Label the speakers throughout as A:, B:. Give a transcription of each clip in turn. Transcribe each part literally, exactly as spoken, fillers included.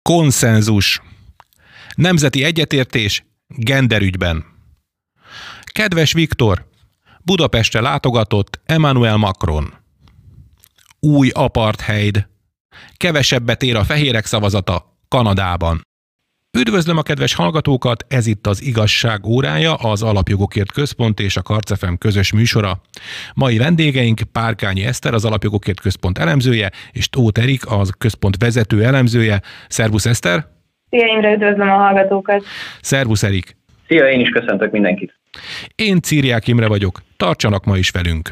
A: Konszenzus. Nemzeti egyetértés genderügyben. Kedves Viktor, Budapestre látogatott Emmanuel Macron. Új apartheid. Kevesebbet ér a fehérek szavazata Kanadában. Üdvözlöm a kedves hallgatókat, ez itt az Igazság órája, az Alapjogokért Központ és a Karc ef em közös műsora. Mai vendégeink Párkányi Eszter, az Alapjogokért Központ elemzője, és Tóth Erik, az központ vezető elemzője. Szervusz Eszter!
B: Szia Imre, üdvözlöm a hallgatókat!
A: Szervusz Erik!
C: Szia, én is köszöntök mindenkit!
A: Én Círiák Imre vagyok, tartsanak ma is velünk!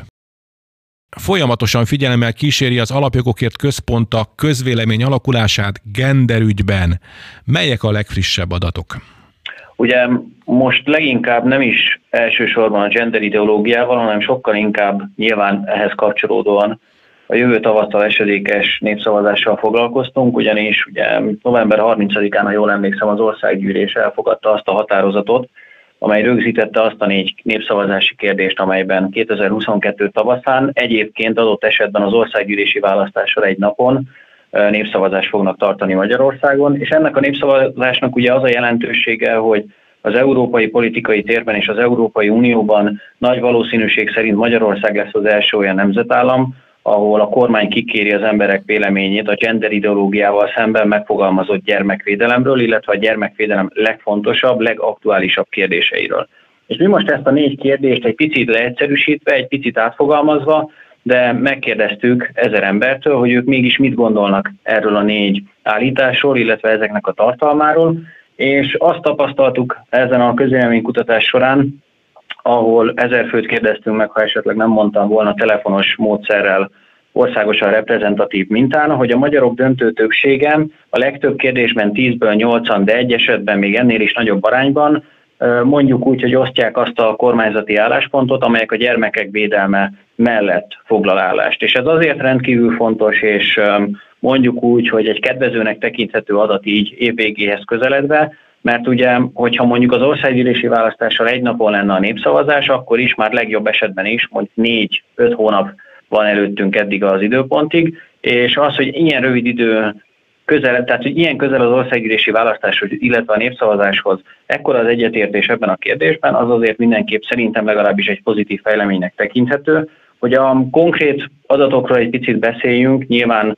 A: Folyamatosan figyelemmel kíséri az Alapjogokért Központ a közvélemény alakulását genderügyben. Melyek a legfrissebb adatok?
C: Ugye most leginkább nem is elsősorban a gender ideológiával, hanem sokkal inkább nyilván ehhez kapcsolódóan a jövő tavasszal esedékes népszavazással foglalkoztunk, ugyanis ugye november harmincadikán, ha jól emlékszem, az országgyűlés elfogadta azt a határozatot, amely rögzítette azt a négy népszavazási kérdést, amelyben kétezer-huszonkettő tavaszán egyébként adott esetben az országgyűlési választással egy napon népszavazást fognak tartani Magyarországon, és ennek a népszavazásnak ugye az a jelentősége, hogy az európai politikai térben és az Európai Unióban nagy valószínűség szerint Magyarország lesz az első olyan nemzetállam, ahol a kormány kikéri az emberek véleményét a gender ideológiával szemben megfogalmazott gyermekvédelemről, illetve a gyermekvédelem legfontosabb, legaktuálisabb kérdéseiről. És mi most ezt a négy kérdést egy picit leegyszerűsítve, egy picit átfogalmazva, de megkérdeztük ezer embertől, hogy ők mégis mit gondolnak erről a négy állításról, illetve ezeknek a tartalmáról, és azt tapasztaltuk ezen a közvéleménykutatás során, ahol ezer főt kérdeztünk meg, ha esetleg nem mondtam volna telefonos módszerrel, országosan reprezentatív mintán, hogy a magyarok döntő többsége a legtöbb kérdésben tízből nyolcan, de egy esetben még ennél is nagyobb arányban, mondjuk úgy, hogy osztják azt a kormányzati álláspontot, amelyek a gyermekek védelme mellett foglal állást. És ez azért rendkívül fontos, és mondjuk úgy, hogy egy kedvezőnek tekinthető adat így évvégéhez közeledve, mert ugye, hogyha mondjuk az országgyűlési választással egy napon lenne a népszavazás, akkor is már legjobb esetben is, mondjuk négy-öt hónap van előttünk eddig az időpontig, és az, hogy ilyen rövid idő közel, tehát hogy ilyen közel az országgyűlési választáshoz, illetve a népszavazáshoz ekkora az egyetértés ebben a kérdésben, az azért mindenképp szerintem legalábbis egy pozitív fejleménynek tekinthető. Hogy a konkrét adatokról egy picit beszéljünk, nyilván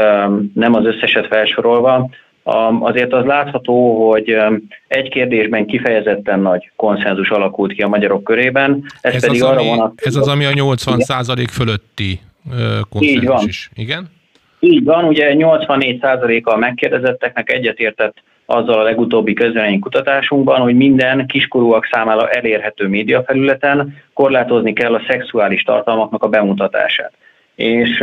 C: nem az összeset felsorolva, azért az látható, hogy egy kérdésben kifejezetten nagy konszenzus alakult ki a magyarok körében. Ez,
A: ez,
C: pedig
A: az,
C: arra
A: ami,
C: vonatkozik,
A: ez az, ami a nyolcvan százalék fölötti konszenzus
C: így van.
A: is. Igen?
C: Így van, ugye nyolcvannégy százaléka a megkérdezetteknek egyetértett azzal a legutóbbi közvéleménykutatásunkban, hogy minden kiskorúak számára elérhető médiafelületen korlátozni kell a szexuális tartalmaknak a bemutatását. És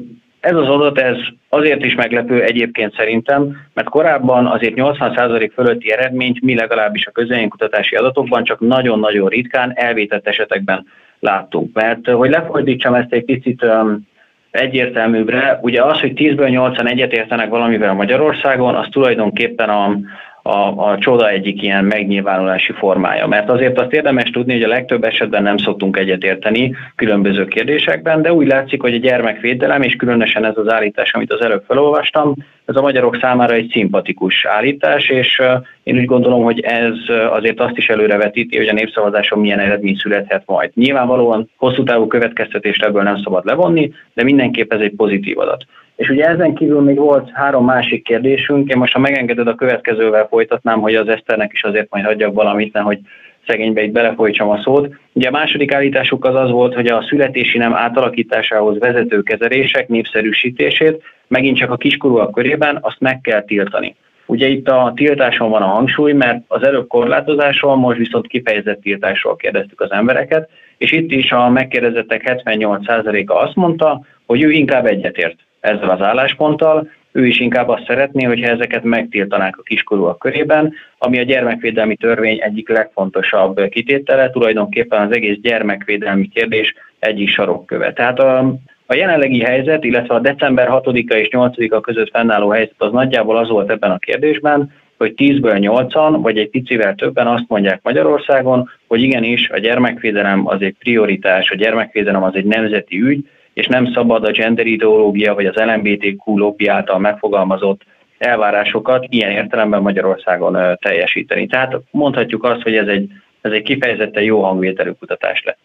C: ez az adat ez azért is meglepő egyébként szerintem, mert korábban azért nyolcvan százalék fölötti eredményt mi legalábbis a közvéleménykutatási adatokban csak nagyon-nagyon ritkán elvétett esetekben láttunk. Mert hogy lefordítsam ezt egy picit um, egyértelműbbre, ugye az, hogy tízből nyolcan egyetértenek valamivel Magyarországon, az tulajdonképpen a, a, a csoda egyik ilyen megnyilvánulási formája. Mert azért azt érdemes tudni, hogy a legtöbb esetben nem szoktunk egyetérteni különböző kérdésekben, de úgy látszik, hogy a gyermekvédelem, és különösen ez az állítás, amit az előbb felolvastam, ez a magyarok számára egy szimpatikus állítás, és én úgy gondolom, hogy ez azért azt is előrevetíti, hogy a népszavazáson milyen eredmény születhet majd. Nyilvánvalóan hosszú távú következtetést ebből nem szabad levonni, de mindenképp ez egy pozitív adat. És ugye ezen kívül még volt három másik kérdésünk, én most ha megengeded a következővel folytatnám, hogy az Eszternek is azért majd hagyjak valamit, nehogy szegénybe itt belefolytsam a szót. Ugye a második állításuk az az volt, hogy a születési nem átalakításához vezető kezelések népszerűsítését megint csak a kiskorúak körében azt meg kell tiltani. Ugye itt a tiltáson van a hangsúly, mert az előbb korlátozásról, most viszont kifejezett tiltásról kérdeztük az embereket, és itt is a megkérdezettek hetvennyolc százaléka azt mondta, hogy ő inkább egyetért ezzel az állásponttal, ő is inkább azt szeretné, hogyha ezeket megtiltanák a kiskorúak körében, ami a gyermekvédelmi törvény egyik legfontosabb kitétele, tulajdonképpen az egész gyermekvédelmi kérdés egyik sarokköve. Tehát a, a jelenlegi helyzet, illetve a december hatodika és nyolcadika között fennálló helyzet az nagyjából az volt ebben a kérdésben, hogy tízből nyolcan, vagy egy picivel többen azt mondják Magyarországon, hogy igenis a gyermekvédelem az egy prioritás, a gyermekvédelem az egy nemzeti ügy, és nem szabad a gender ideológia vagy az el em bé té kú lobby által megfogalmazott elvárásokat ilyen értelemben Magyarországon teljesíteni. Tehát mondhatjuk azt, hogy ez egy, ez egy kifejezetten jó hangvételű kutatás lett.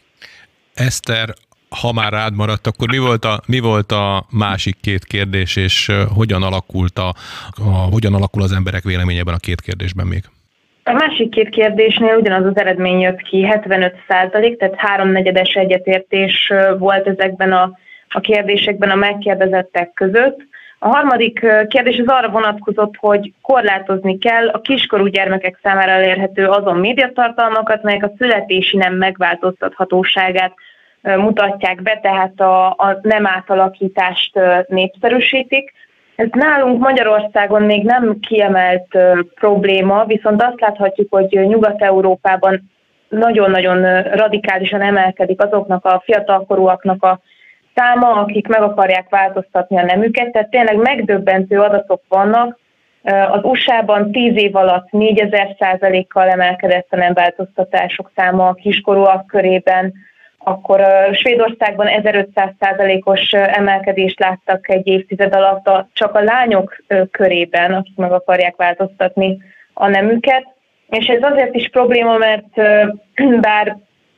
A: Eszter, ha már rád maradt, akkor mi volt a, mi volt a másik két kérdés, és hogyan alakult a, a, hogyan alakul az emberek véleményében a két kérdésben még?
B: A másik két kérdésnél ugyanaz az eredmény jött ki, hetvenöt százalék, tehát háromnegyedes egyetértés volt ezekben a, a kérdésekben a megkérdezettek között. A harmadik kérdés az arra vonatkozott, hogy korlátozni kell a kiskorú gyermekek számára elérhető azon médiatartalmakat, melyek a születési nem megváltoztathatóságát mutatják be, tehát a, a nem átalakítást népszerűsítik. Ez nálunk Magyarországon még nem kiemelt uh, probléma, viszont azt láthatjuk, hogy Nyugat-Európában nagyon-nagyon radikálisan emelkedik azoknak a fiatalkorúaknak a száma, akik meg akarják változtatni a nemüket. Tehát tényleg megdöbbentő adatok vannak. Uh, az u es á-ban tíz év alatt négyezer százalékkal emelkedett a nem változtatások száma a kiskorúak körében, akkor uh, Svédországban ezerötszáz százalékos emelkedést láttak egy évtized alatt a, csak a lányok uh, körében, akik meg akarják változtatni a nemüket. És ez azért is probléma, mert uh, bár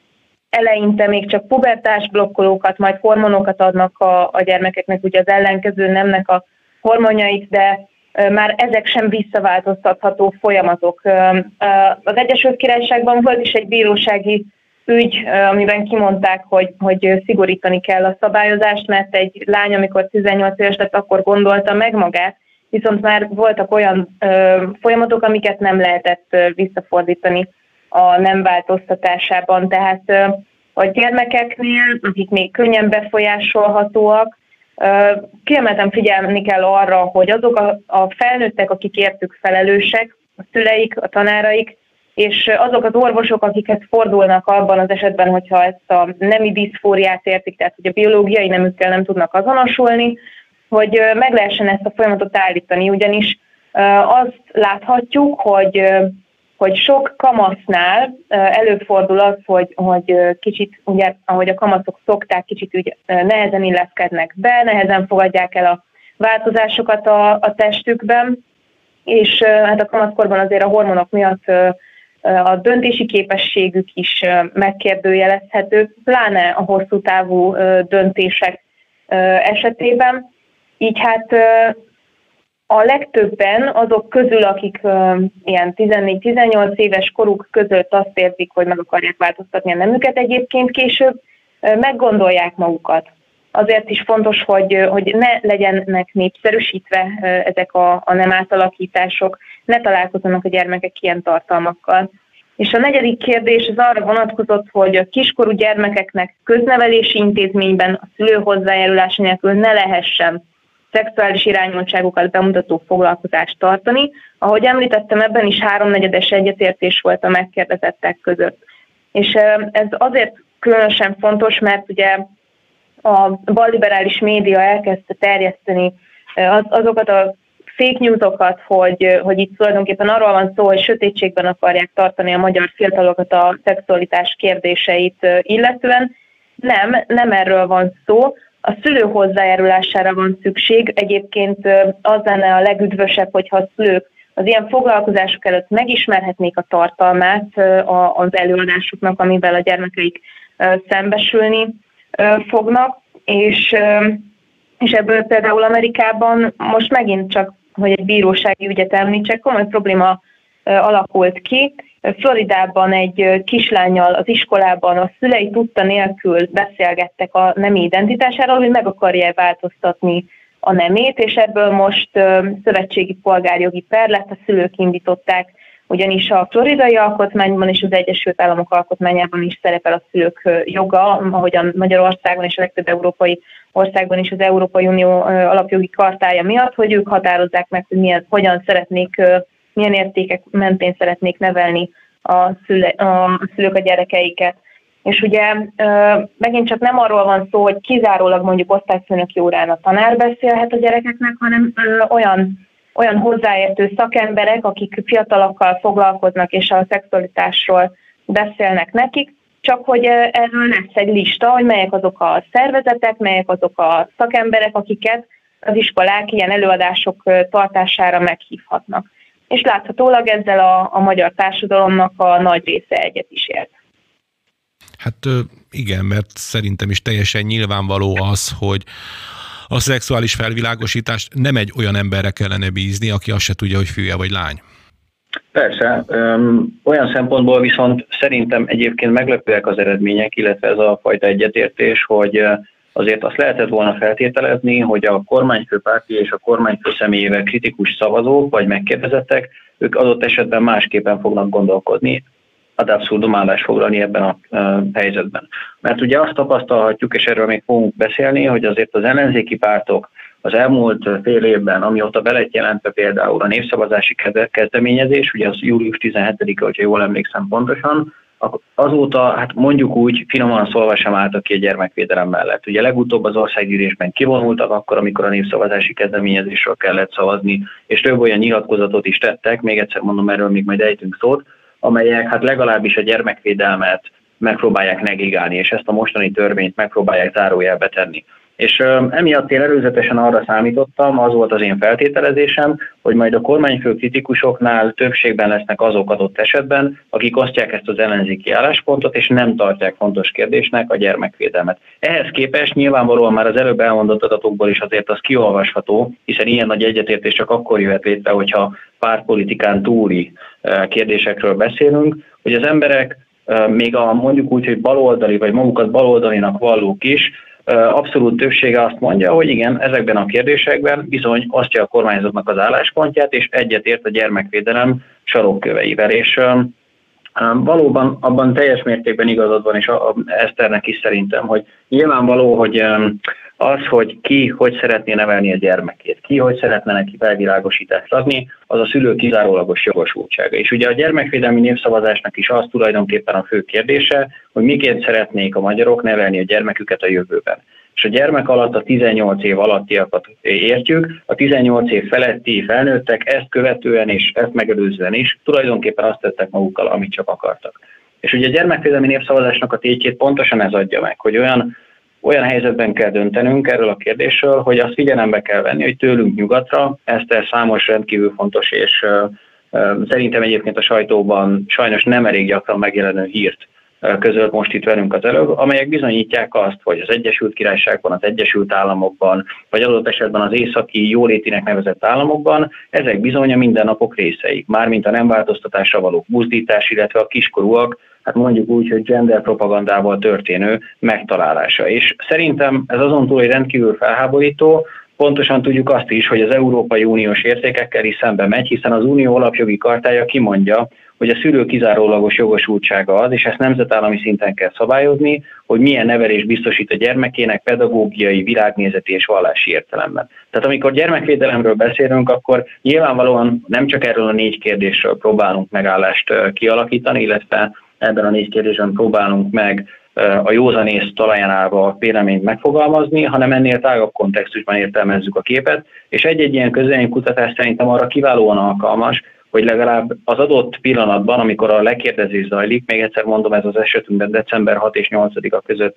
B: eleinte még csak pubertás blokkolókat, majd hormonokat adnak a, a gyermekeknek, ugye az ellenkező nemnek a hormonjait, de uh, már ezek sem visszaváltoztatható folyamatok. Uh, uh, az Egyesült Királyságban volt is egy bírósági ügy, amiben kimondták, hogy, hogy szigorítani kell a szabályozást, mert egy lány, amikor tizennyolc éves lett, akkor gondolta meg magát, viszont már voltak olyan ö, folyamatok, amiket nem lehetett ö, visszafordítani a nem változtatásában. Tehát ö, a gyermekeknél, akik még könnyen befolyásolhatóak, ö, kiemelten figyelni kell arra, hogy azok a, a felnőttek, akik értük felelősek, a szüleik, a tanáraik, és azok az orvosok, akikhez fordulnak abban az esetben, hogyha ezt a nemi diszfóriát értik, tehát hogy a biológiai nemükkel nem tudnak azonosulni, hogy meg lehessen ezt a folyamatot állítani, ugyanis azt láthatjuk, hogy, hogy sok kamasznál előfordul az, hogy, hogy kicsit, ugye, ahogy a kamaszok szokták, kicsit úgy nehezen illeszkednek be, nehezen fogadják el a változásokat a, a testükben, és hát a kamaszkorban azért a hormonok miatt a döntési képességük is megkérdőjelezhető, pláne a hosszú távú döntések esetében. Így hát a legtöbben azok közül, akik ilyen tizennégy-tizennyolc éves koruk között azt érzik, hogy meg akarják változtatni a nemüket, egyébként később meggondolják magukat. Azért is fontos, hogy, hogy ne legyenek népszerűsítve ezek a, a nem átalakítások, ne találkozzanak a gyermekek ilyen tartalmakkal. És a negyedik kérdés az arra vonatkozott, hogy a kiskorú gyermekeknek köznevelési intézményben a szülő hozzájárulása nélkül ne lehessen szexuális irányultságokat bemutató foglalkozást tartani. Ahogy említettem, ebben is háromnegyedes egyetértés volt a megkérdezettek között. És ez azért különösen fontos, mert ugye a balliberális média elkezdte terjeszteni az, azokat a fake newsokat, hogy, hogy itt tulajdonképpen arról van szó, hogy sötétségben akarják tartani a magyar fiatalokat a szexualitás kérdéseit illetően. Nem, nem erről van szó. A szülő hozzájárulására van szükség. Egyébként az lenne a legüdvösebb, hogyha a szülők az ilyen foglalkozások előtt megismerhetnék a tartalmát az előadásuknak, amivel a gyermekeik szembesülni fognak, és, és ebből például Amerikában most megint csak, hogy egy bírósági ügyet említsek, komoly probléma alakult ki. Floridában egy kislánnyal az iskolában a szülei tudta nélkül beszélgettek a nemi identitásáról, hogy meg akarja változtatni a nemét, és ebből most szövetségi polgárjogi per lett, a szülők indították, ugyanis a floridai alkotmányban és az Egyesült Államok alkotmányában is szerepel a szülők joga, ahogyan Magyarországon és a legtöbb európai országban is az Európai Unió alapjogi kartája miatt, hogy ők határozzák meg, hogy milyen, hogyan szeretnék, milyen értékek mentén szeretnék nevelni a, szüle, a szülők a gyerekeiket. És ugye megint csak nem arról van szó, hogy kizárólag mondjuk osztályfőnöki órán a tanár beszélhet a gyerekeknek, hanem olyan olyan hozzáértő szakemberek, akik fiatalokkal foglalkoznak és a szexualitásról beszélnek nekik, csak hogy erről lesz egy lista, hogy melyek azok a szervezetek, melyek azok a szakemberek, akiket az iskolák ilyen előadások tartására meghívhatnak. És láthatólag ezzel a, a magyar társadalomnak a nagy része egyet is ért.
A: Hát igen, mert szerintem is teljesen nyilvánvaló az, hogy a szexuális felvilágosítást nem egy olyan emberre kellene bízni, aki azt se tudja, hogy fülye vagy lány.
C: Persze, öm, olyan szempontból viszont szerintem egyébként meglepőek az eredmények, illetve ez a fajta egyetértés, hogy azért azt lehetett volna feltételezni, hogy a kormányfőpárti és a kormányfő személyével kritikus szavazók vagy megkérdezettek, ők adott esetben másképpen fognak gondolkodni, ad abszurdum állást foglalni ebben a uh, helyzetben. Mert ugye azt tapasztalhatjuk, és erről még fogunk beszélni, hogy azért az ellenzéki pártok az elmúlt fél évben, amióta be lett jelentve például a népszavazási kezdeményezés, ugye az július tizenhetedike, hogyha jól emlékszem pontosan, azóta, hát mondjuk úgy, finoman szólva sem álltak ki a gyermekvédelem mellett. Ugye legutóbb az országgyűlésben kivonultak akkor, amikor a népszavazási kezdeményezésről kellett szavazni, és több olyan nyilatkozatot is tettek, még egyszer mondom, erről még majd ejtünk szót, amelyek hát legalábbis a gyermekvédelmet megpróbálják negligálni, és ezt a mostani törvényt megpróbálják zárójelbe tenni. És ö, emiatt én előzetesen arra számítottam, az volt az én feltételezésem, hogy majd a kormányfő kritikusoknál többségben lesznek azok adott esetben, akik osztják ezt az ellenzéki álláspontot, és nem tartják fontos kérdésnek a gyermekvédelmet. Ehhez képest nyilvánvalóan már az előbb elmondott adatokból is azért az kiolvasható, hiszen ilyen nagy egyetértés csak akkor jöhet létre, hogyha pártpolitikán túli kérdésekről beszélünk, hogy az emberek még a mondjuk úgy, hogy baloldali vagy magukat baloldalinak vallók is, abszolút többsége azt mondja, hogy igen, ezekben a kérdésekben bizony osztja a kormányzatnak az álláspontját, és egyetért a gyermekvédelem sarokköveivel. És valóban abban teljes mértékben igazad van, és a, a Eszternek is szerintem, hogy nyilvánvaló, hogy az, hogy ki hogy szeretné nevelni a gyermekét, ki hogy szeretne neki felvilágosítást adni, az a szülő kizárólagos jogosultsága. És ugye a gyermekvédelmi népszavazásnak is az tulajdonképpen a fő kérdése, hogy miként szeretnék a magyarok nevelni a gyermeküket a jövőben. És a gyermek alatt a tizennyolc év alattiakat értjük, a tizennyolc év feletti felnőttek ezt követően és ezt megelőzően is tulajdonképpen azt tettek magukkal, amit csak akartak. És ugye a gyermekvédelmi népszavazásnak a tétjét pontosan ez adja meg, hogy olyan Olyan helyzetben kell döntenünk erről a kérdésről, hogy azt figyelembe kell venni, hogy tőlünk nyugatra, ezt számos rendkívül fontos, és uh, uh, szerintem egyébként a sajtóban sajnos nem elég gyakran megjelenő hírt uh, közölt most itt velünk az előbb, amelyek bizonyítják azt, hogy az Egyesült Királyságban, az Egyesült Államokban, vagy adott esetben az északi jólétinek nevezett államokban, ezek bizony a mindennapok részei, mármint a nem változtatásra való buzdítás, illetve a kiskorúak, hát mondjuk úgy, hogy gender propagandával történő megtalálása. És szerintem ez azon túl, hogy rendkívül felháborító, pontosan tudjuk azt is, hogy az Európai Uniós értékekkel is szembe megy, hiszen az Unió alapjogi kartája kimondja, hogy a szülő kizárólagos jogosultsága az, és ezt nemzetállami szinten kell szabályozni, hogy milyen nevelés biztosít a gyermekének pedagógiai, világnézeti és vallási értelemben. Tehát amikor gyermekvédelemről beszélünk, akkor nyilvánvalóan nem csak erről a négy kérdésről próbálunk megállást kialakítani, illetve ebben a négy kérdésben próbálunk meg a józanész talaján állva véleményt megfogalmazni, hanem ennél tágabb kontextusban értelmezzük a képet, és egy-egy ilyen közvéleménykutatás szerintem arra kiválóan alkalmas, hogy legalább az adott pillanatban, amikor a lekérdezés zajlik, még egyszer mondom, ez az esetünkben december hatodika és nyolcadika között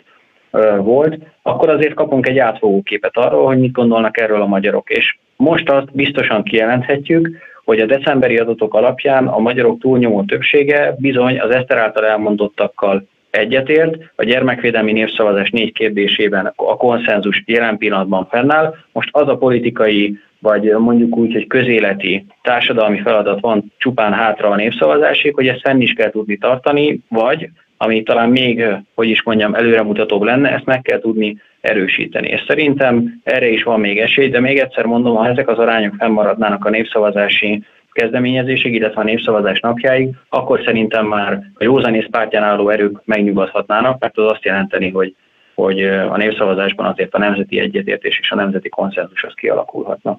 C: volt, akkor azért kapunk egy átfogó képet arról, hogy mit gondolnak erről a magyarok. És most azt biztosan kijelenthetjük, hogy a decemberi adatok alapján a magyarok túlnyomó többsége bizony az Eszter által elmondottakkal egyetért, a gyermekvédelmi népszavazás négy kérdésében a konszenzus jelen pillanatban fennáll. Most az a politikai, vagy mondjuk úgy, hogy közéleti társadalmi feladat van csupán hátra a népszavazásig, hogy ezt fenn is kell tudni tartani, vagy, ami talán még, hogy is mondjam, előremutatóbb lenne, ezt meg kell tudni erősíteni. És szerintem erre is van még esély, de még egyszer mondom, ha ezek az arányok fennmaradnának a népszavazási kezdeményezésig, illetve a népszavazás napjáig, akkor szerintem már a józanész pártján álló erők megnyugodhatnának, mert az azt jelenteni, hogy, hogy a népszavazásban azért a nemzeti egyetértés és a nemzeti konszenzus az kialakulhatna.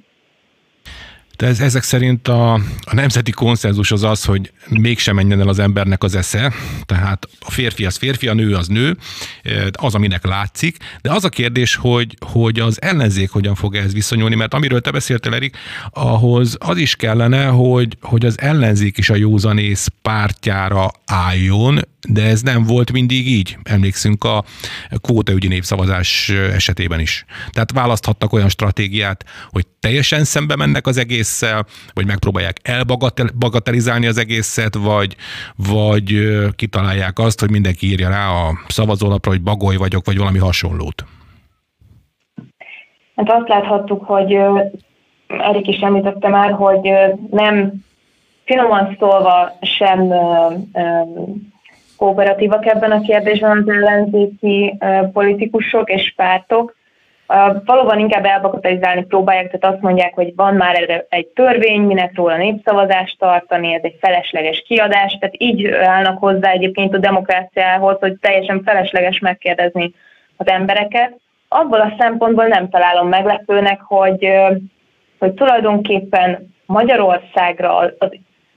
A: De ez, ezek szerint a, a nemzeti konszenzus az az, hogy mégsem menjen el az embernek az esze, tehát a férfi az férfi, a nő az nő, az, aminek látszik, de az a kérdés, hogy, hogy az ellenzék hogyan fog ehhez viszonyulni, mert amiről te beszéltél, Erik, ahhoz az is kellene, hogy, hogy az ellenzék is a józanész pártjára álljon, De ez nem volt mindig így. Emlékszünk a kvótaügyi népszavazás esetében is. Tehát választhattak olyan stratégiát, hogy teljesen szembe mennek az egésszel, vagy megpróbálják elbagatelizálni az egészet, vagy, vagy kitalálják azt, hogy mindenki írja rá a szavazólapra, hogy bagoly vagyok, vagy valami hasonlót.
B: Hát azt láthattuk, hogy Erik is említette már, hogy nem finoman szólva sem kooperatívak ebben a kérdésben az ellenzéki politikusok és pártok. Valóban inkább elbagatelizálni próbálják, tehát azt mondják, hogy van már erre egy törvény, minek róla népszavazást tartani, ez egy felesleges kiadás, tehát így állnak hozzá egyébként a demokráciához, hogy teljesen felesleges megkérdezni az embereket. Abból a szempontból nem találom meglepőnek, hogy, hogy tulajdonképpen Magyarországra az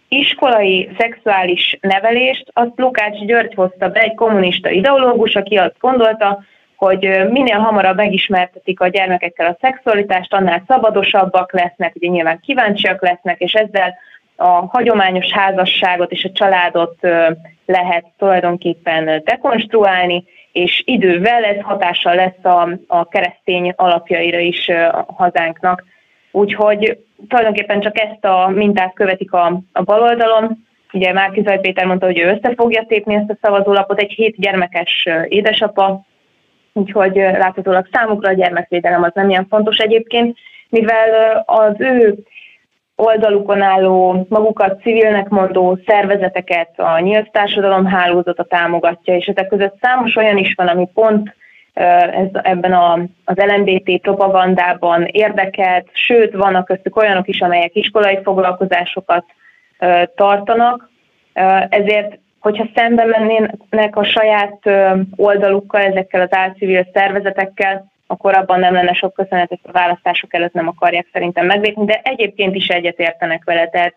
B: iskolai szexuális nevelést azt Lukács György hozta be, egy kommunista ideológus, aki azt gondolta, hogy minél hamarabb megismertetik a gyermekekkel a szexualitást, annál szabadosabbak lesznek, ugye nyilván kíváncsiak lesznek, és ezzel a hagyományos házasságot és a családot lehet tulajdonképpen dekonstruálni, és idővel ez hatással lesz a, a keresztény alapjaira is a hazánknak. Úgyhogy tulajdonképpen csak ezt a mintát követik a, a baloldalon. Ugye Márki-Zay Péter mondta, hogy ő össze fogja tépni ezt a szavazólapot, egy hét gyermekes édesapa, úgyhogy láthatólag számukra a gyermekvédelem az nem ilyen fontos egyébként, mivel az ő oldalukon álló, magukat civilnek mondó szervezeteket a Nyílt Társadalom hálózata támogatja, és ezek között számos olyan is van, ami pont ez, ebben a, az el em bé té propagandában érdekelt, sőt, vannak köztük olyanok is, amelyek iskolai foglalkozásokat uh, tartanak, uh, ezért, hogyha szembe mennének a saját uh, oldalukkal, ezekkel az álcivil szervezetekkel, akkor abban nem lenne sok köszönet, ezt a választások előtt nem akarják szerintem meglépni, de egyébként is egyetértenek vele, tehát,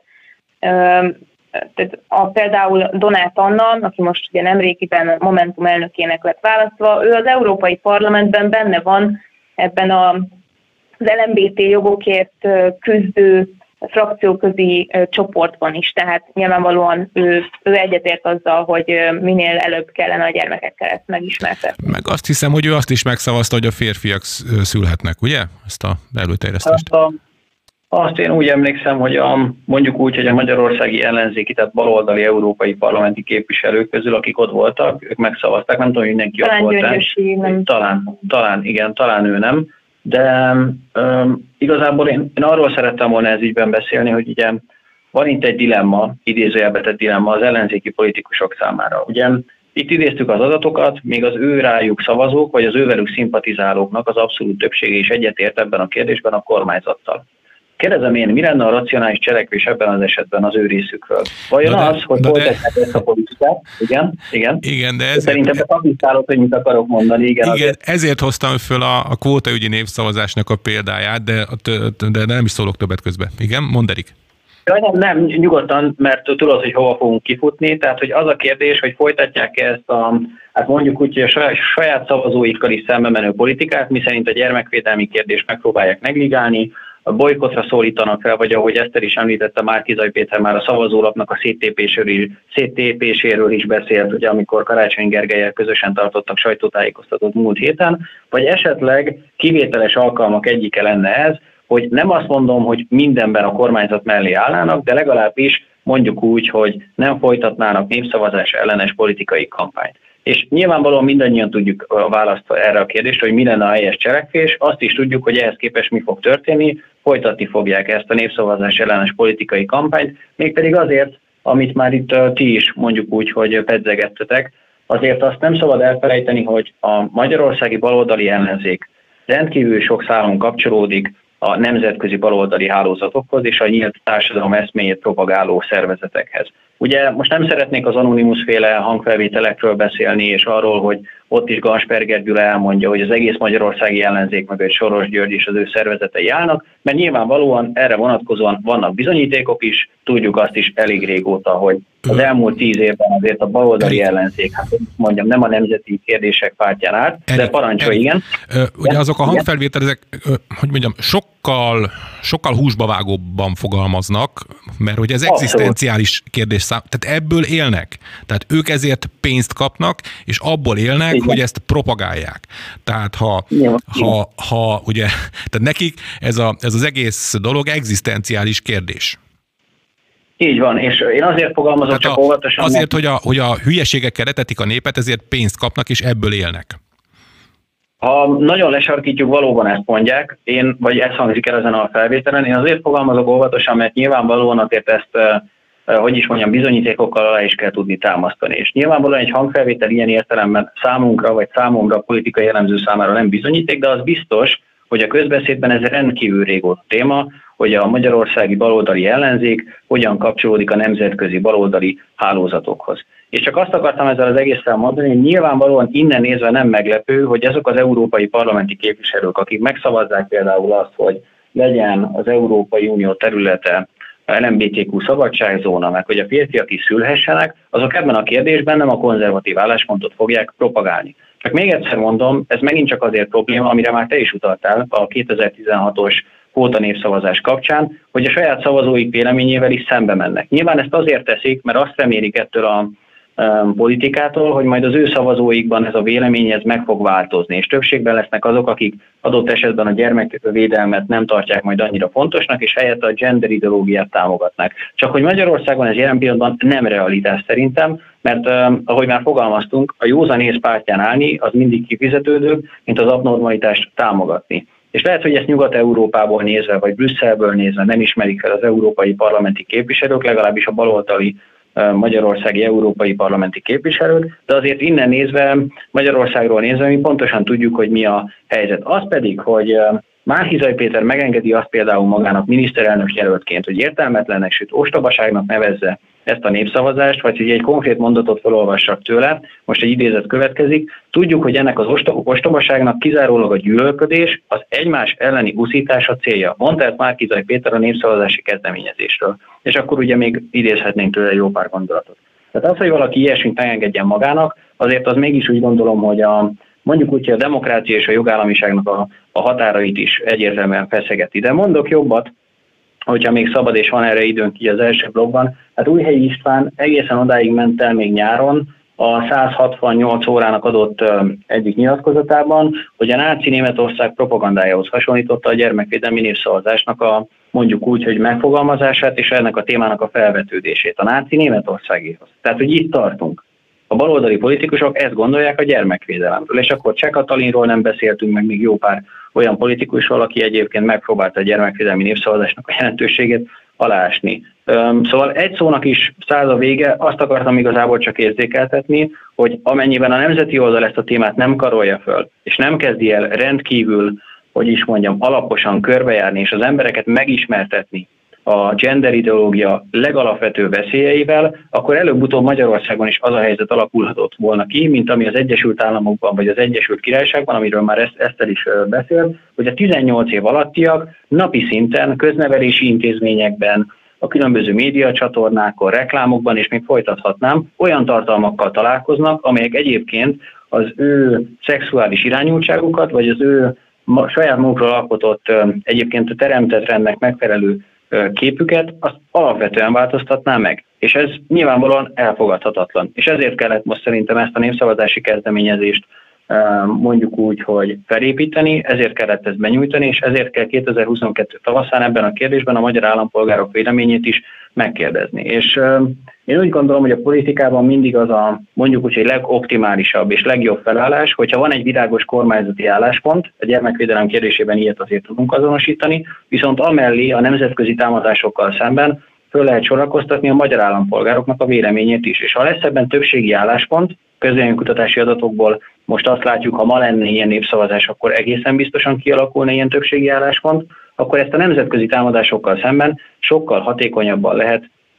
B: uh, tehát a, például Donát Anna, aki most ugye nemrégiben Momentum elnökének lett választva, ő az Európai Parlamentben benne van ebben a, az el em bé té jogokért küzdő frakcióközi csoportban is, tehát nyilvánvalóan ő, ő egyetért azzal, hogy minél előbb kellene a gyermekekkel ezt megismertetni.
A: Meg azt hiszem, hogy ő azt is megszavazta, hogy a férfiak szülhetnek, ugye? Ezt a előterjesztést.
C: Azt én úgy emlékszem, hogy a, mondjuk úgy, hogy a magyarországi ellenzéki, tehát baloldali európai parlamenti képviselők közül, akik ott voltak, ők megszavazták, nem tudom, hogy mindenki
B: talán
C: ott volt.
B: Nem.
C: Talán, talán, igen, talán ő nem. De um, igazából én, én arról szerettem volna ez ígyben beszélni, hogy ugye van itt egy dilemma, idézőjelbe tett dilemma az ellenzéki politikusok számára. Ugye itt idéztük az adatokat, még az ő rájuk szavazók, vagy az ővelük szimpatizálóknak az abszolút többsége is egyetért ebben a kérdésben a kormányzattal. Kérdezem én, mi lenne a racionális cselekvés ebben az esetben az ő részükről? Vajon de, az, hogy folytatják ezt a politikát? Igen, igen.
A: Igen, de ezért...
C: Szerintem te tapasztalod, hogy mit akarok mondani. Igen,
A: igen
C: azért.
A: Ezért hoztam föl a, a kvótaügyi népszavazásnak a példáját, de, de nem is szólok többet közben. Igen, mondd, Erik.
C: Nem, nem, nyugodtan, mert tudod, hogy hova fogunk kifutni. Tehát, hogy az a kérdés, hogy folytatják ezt a, hát mondjuk úgy, hogy a saját szavazóikkal is szembe menő politikát, miszerint a gyermekvédelmi kérdést megpróbálják negligálni, a bolykottra szólítanak fel, vagy ahogy Eszter is említette, Márki-Zay Péter már a szavazólapnak a széttépéséről is beszélt, ugye, amikor Karácsony Gergellyel közösen tartottak sajtótájékoztatót múlt héten, vagy esetleg kivételes alkalmak egyike lenne ez, hogy nem azt mondom, hogy mindenben a kormányzat mellé állnának, de legalábbis mondjuk úgy, hogy nem folytatnának népszavazás ellenes politikai kampányt. És nyilvánvalóan mindannyian tudjuk a választ erre a kérdésre, hogy mi lenne a helyes cselekvés, azt is tudjuk, hogy ehhez képest mi fog történni, folytatni fogják ezt a népszavazás ellenes politikai kampányt, mégpedig azért, amit már itt ti is mondjuk úgy, hogy pedzegettetek, azért azt nem szabad elfelejteni, hogy a magyarországi baloldali ellenzék rendkívül sok szálon kapcsolódik a nemzetközi baloldali hálózatokhoz és a nyílt társadalom eszméjét propagáló szervezetekhez. Ugye most nem szeretnék az Anonymous féle hangfelvételekről beszélni, és arról, hogy ott is Gansperger Gyula elmondja, hogy az egész magyarországi ellenzék mögött Soros György és az ő szervezetei állnak, mert nyilvánvalóan erre vonatkozóan vannak bizonyítékok is, tudjuk azt is elég régóta, hogy az elmúlt tíz évben azért a baloldali ellenzék, hát mondjam, nem a nemzeti kérdések pártján állt, de parancsolj, igen.
A: Ugye azok a hangfelvételek, hogy mondjam, sokkal, sokkal húsba vágóbban fogalmaznak, mert hogy ez egzisztenciális kérdés szám, tehát ebből élnek. Tehát ők ezért pénzt kapnak, és abból élnek, igen, hogy ezt propagálják. Tehát ha, ja, ha, ha ugye, tehát nekik ez, a, ez az egész dolog egzisztenciális kérdés.
C: Így van, és én azért fogalmazok tehát csak a, óvatosan.
A: Azért, mert... hogy, a, hogy a hülyeségekkel etetik a népet, ezért pénzt kapnak, és ebből élnek.
C: Ha nagyon lesarkítjuk, valóban ezt mondják, én, vagy ez hangzik el ezen a felvételen, én azért fogalmazok óvatosan, mert nyilvánvalóan azért ezt, hogy is mondjam, bizonyítékokkal alá is kell tudni támasztani. És nyilvánvalóan egy hangfelvétel ilyen értelemben számunkra, vagy számomra a politikai elemző számára nem bizonyíték, de az biztos, hogy a közbeszédben ez rendkívül régóta téma, hogy a magyarországi baloldali ellenzék hogyan kapcsolódik a nemzetközi baloldali hálózatokhoz. És csak azt akartam ezzel az egészen mondani, hogy nyilvánvalóan innen nézve nem meglepő, hogy azok az európai parlamenti képviselők, akik megszavazzák például azt, hogy legyen az Európai Unió területe el em bé té kú szabadságzóna, meg hogy a férfiak is szülhessenek, azok ebben a kérdésben nem a konzervatív álláspontot fogják propagálni. Csak még egyszer mondom, ez megint csak azért probléma, amire már te is utaltál a kétezer-tizenhatos kvóta népszavazás kapcsán, hogy a saját szavazóik véleményével is szembe mennek. Nyilván ezt azért teszik, mert azt remélik ettől a politikától, hogy majd az ő szavazóikban ez a vélemény ez meg fog változni, és többségben lesznek azok, akik adott esetben a gyermekvédelmet nem tartják majd annyira fontosnak, és helyett a gender ideológiát támogatnak. Csak hogy Magyarországon ez jelen pillanatban nem realitás szerintem, mert ahogy már fogalmaztunk, a józanész pártján állni az mindig kifizetődőbb, mint az abnormalitást támogatni. És lehet, hogy ezt Nyugat-Európából nézve, vagy Brüsszelből nézve nem ismerik fel az európai parlamenti képviselők, legalábbis a baloldali magyarországi európai parlamenti képviselők, de azért innen nézve, Magyarországról nézve mi pontosan tudjuk, hogy mi a helyzet. Az pedig, hogy Márki-Zay Péter megengedi azt például magának miniszterelnök jelöltként, hogy értelmetlennek, sőt ostobaságnak nevezze ezt a népszavazást, vagy hogy egy konkrét mondatot felolvassak tőle, most egy idézet következik, tudjuk, hogy ennek az ostobaságnak kizárólag a gyűlölködés, az egymás elleni uszítása célja. Mondta ezt Márki-Zay Péter a népszavazási kezdeményezésről. És akkor ugye még idézhetnénk tőle jó pár gondolatot. Tehát az, hogy valaki ilyesmit megengedjen magának, azért az mégis úgy gondolom, hogy a mondjuk úgy, hogy a demokrácia és a jogállamiságnak a, a határait is egyértelműen feszegeti. De mondok jobbat, hogyha még szabad és van erre időnk így az első blogban, hát Újhelyi István egészen odáig ment el még nyáron a száz hatvannyolc órának adott egyik nyilatkozatában, hogy a náci Németország propagandájához hasonlította a gyermekvédelmi népszavazásnak a mondjuk úgy, hogy megfogalmazását és ennek a témának a felvetődését a náci Németországéhoz. Tehát, hogy itt tartunk. A baloldali politikusok ezt gondolják a gyermekvédelemről, és akkor Cseh Katalinról nem beszéltünk, meg még jó pár olyan politikusról, aki egyébként megpróbálta a gyermekvédelmi népszavazásnak a jelentőségét aláásni. Szóval egy szónak is száz a vége, azt akartam igazából csak érzékeltetni, hogy amennyiben a nemzeti oldal ezt a témát nem karolja föl, és nem kezdi el rendkívül, hogy is mondjam, alaposan körbejárni, és az embereket megismertetni a gender ideológia legalapvetőbb veszélyeivel, akkor előbb-utóbb Magyarországon is az a helyzet alakulhatott volna ki, mint ami az Egyesült Államokban vagy az Egyesült Királyságban, amiről már Eszter is beszélt, hogy a tizennyolc év alattiak napi szinten köznevelési intézményekben, a különböző médiacsatornákon, reklámokban, és még folytathatnám, olyan tartalmakkal találkoznak, amelyek egyébként az ő szexuális irányultságukat, vagy az ő saját magukról alkotott, egyébként a teremtett rendnek megfelelő képüket, azt alapvetően változtatná meg. És ez nyilvánvalóan elfogadhatatlan. És ezért kellett most szerintem ezt a népszavazási kezdeményezést mondjuk úgy, hogy felépíteni, ezért kellett ezt benyújtani, és ezért kell kétezer-huszonkettő tavaszán ebben a kérdésben a magyar állampolgárok véleményét is megkérdezni. És én úgy gondolom, hogy a politikában mindig az a mondjuk úgy, hogy legoptimálisabb és legjobb felállás, hogyha van egy világos kormányzati álláspont, a gyermekvédelem kérdésében ilyet azért tudunk azonosítani, viszont amellé a nemzetközi támadásokkal szemben föl lehet sorakoztatni a magyar állampolgároknak a véleményét is. És ha lesz ebben többségi álláspont, közvéleménykutatási adatokból most azt látjuk, ha ma lenne ilyen népszavazás, akkor egészen biztosan kialakulna ilyen többségi álláspont, akkor ezt a nemzetközi támadásokkal szemben sokkal hatékonyabban lehet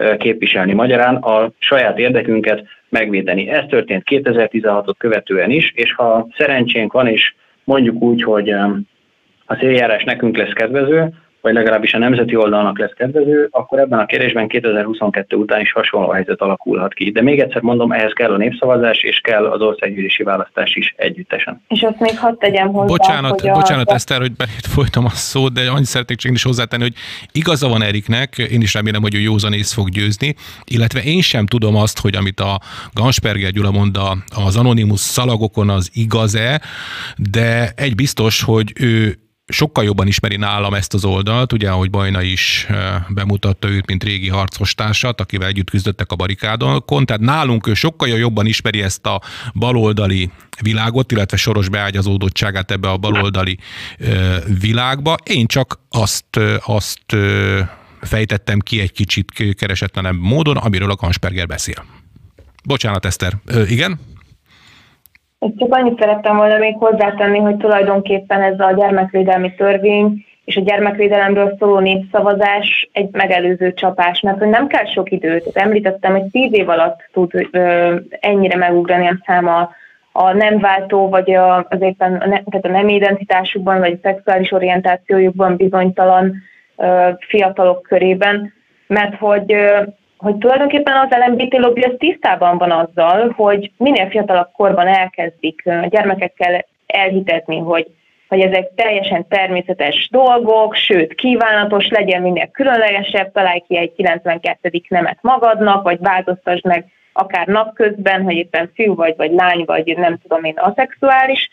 C: képviselni, magyarán a saját érdekünket megvédeni. Ez történt kétezer-tizenhatot követően is, és ha szerencsénk van, és mondjuk úgy, hogy a eljárás nekünk lesz kedvező, vagy legalábbis a nemzeti oldalnak lesz kedvező, akkor ebben a kérdésben kétezer-huszonkettő után is hasonló helyzet alakulhat ki. De még egyszer mondom, ehhez kell a népszavazás, és kell az országgyűlési választás is együttesen.
B: És azt még hadd tegyem hozzá,
A: Bocsánat,
B: hogy
A: bocsánat
B: a...
A: Eszter, hogy belét folytam a szót, de annyit szeretnék csak is hozzátenni, hogy igaza van Eriknek, én is remélem, hogy ő józanész fog győzni, illetve én sem tudom azt, hogy amit a Gansperger Gyula mond az anonimus szalagokon, az igaz-e, de egy biztos, hogy ő sokkal jobban ismeri nálam ezt az oldalt, ugye, ahogy Bajna is bemutatta őt, mint régi harcostársat, akivel együtt küzdöttek a barikádon. Tehát nálunk ő sokkal jobban ismeri ezt a baloldali világot, illetve soros beágyazódottságát ebbe a baloldali világba. Én csak azt, azt fejtettem ki egy kicsit keresetlenebb módon, amiről a Gansperger beszél. Bocsánat, Eszter. Igen?
B: Csak annyit szerettem volna még hozzátenni, hogy tulajdonképpen ez a gyermekvédelmi törvény és a gyermekvédelemről szóló népszavazás egy megelőző csapás, mert hogy nem kell sok időt. Említettem, hogy tíz év alatt tud ö, ennyire megugrani a száma a nem váltó, vagy a, az éppen a, ne, tehát a nem identitásukban, vagy a szexuális orientációjukban bizonytalan ö, fiatalok körében, mert hogy ö, hogy tulajdonképpen az el em bé té lobby az tisztában van azzal, hogy minél fiatalabb korban elkezdik a gyermekekkel elhitetni, hogy, hogy ezek teljesen természetes dolgok, sőt kívánatos, legyen minél különlegesebb, találj ki egy kilencvenkettedik nemet magadnak, vagy változtasd meg akár napközben, hogy éppen fiú vagy, vagy lány, vagy nem tudom én, aszexuális,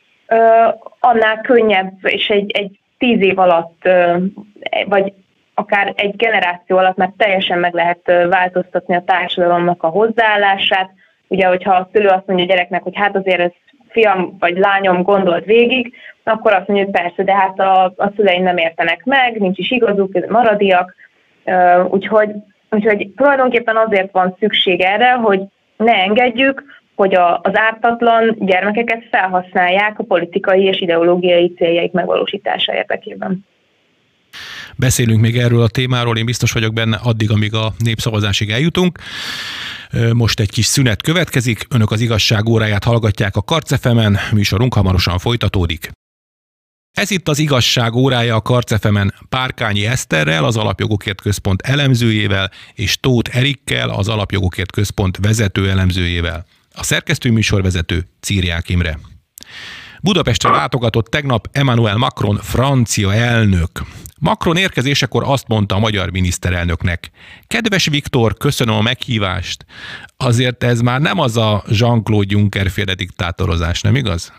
B: annál könnyebb, és egy, egy tíz év alatt, vagy akár egy generáció alatt már teljesen meg lehet változtatni a társadalomnak a hozzáállását. Ugye, hogyha a szülő azt mondja a gyereknek, hogy hát azért ez fiam vagy lányom, gondolt végig, akkor azt mondja, hogy persze, de hát a, a szüleim nem értenek meg, nincs is igazuk, ez maradiak. Úgyhogy, úgyhogy tulajdonképpen azért van szükség erre, hogy ne engedjük, hogy a, az ártatlan gyermekeket felhasználják a politikai és ideológiai céljaik megvalósítása érdekében.
A: Beszélünk még erről a témáról, én biztos vagyok benne addig, amíg a népszavazásig eljutunk. Most egy kis szünet következik, önök az igazság óráját hallgatják a Karc ef emen, műsorunk hamarosan folytatódik. Ez itt az igazság órája a Karc ef emen Párkányi Eszterrel, az Alapjogokért Központ elemzőjével, és Tóth Erikkel, az Alapjogokért Központ vezető elemzőjével. A szerkesztő műsorvezető Círiák Imre. Budapestre látogatott tegnap Emmanuel Macron, francia elnök. Macron érkezésekor azt mondta a magyar miniszterelnöknek: kedves Viktor, köszönöm a meghívást. Azért ez már nem az a Jean-Claude Juncker féle diktátorozás, nem igaz?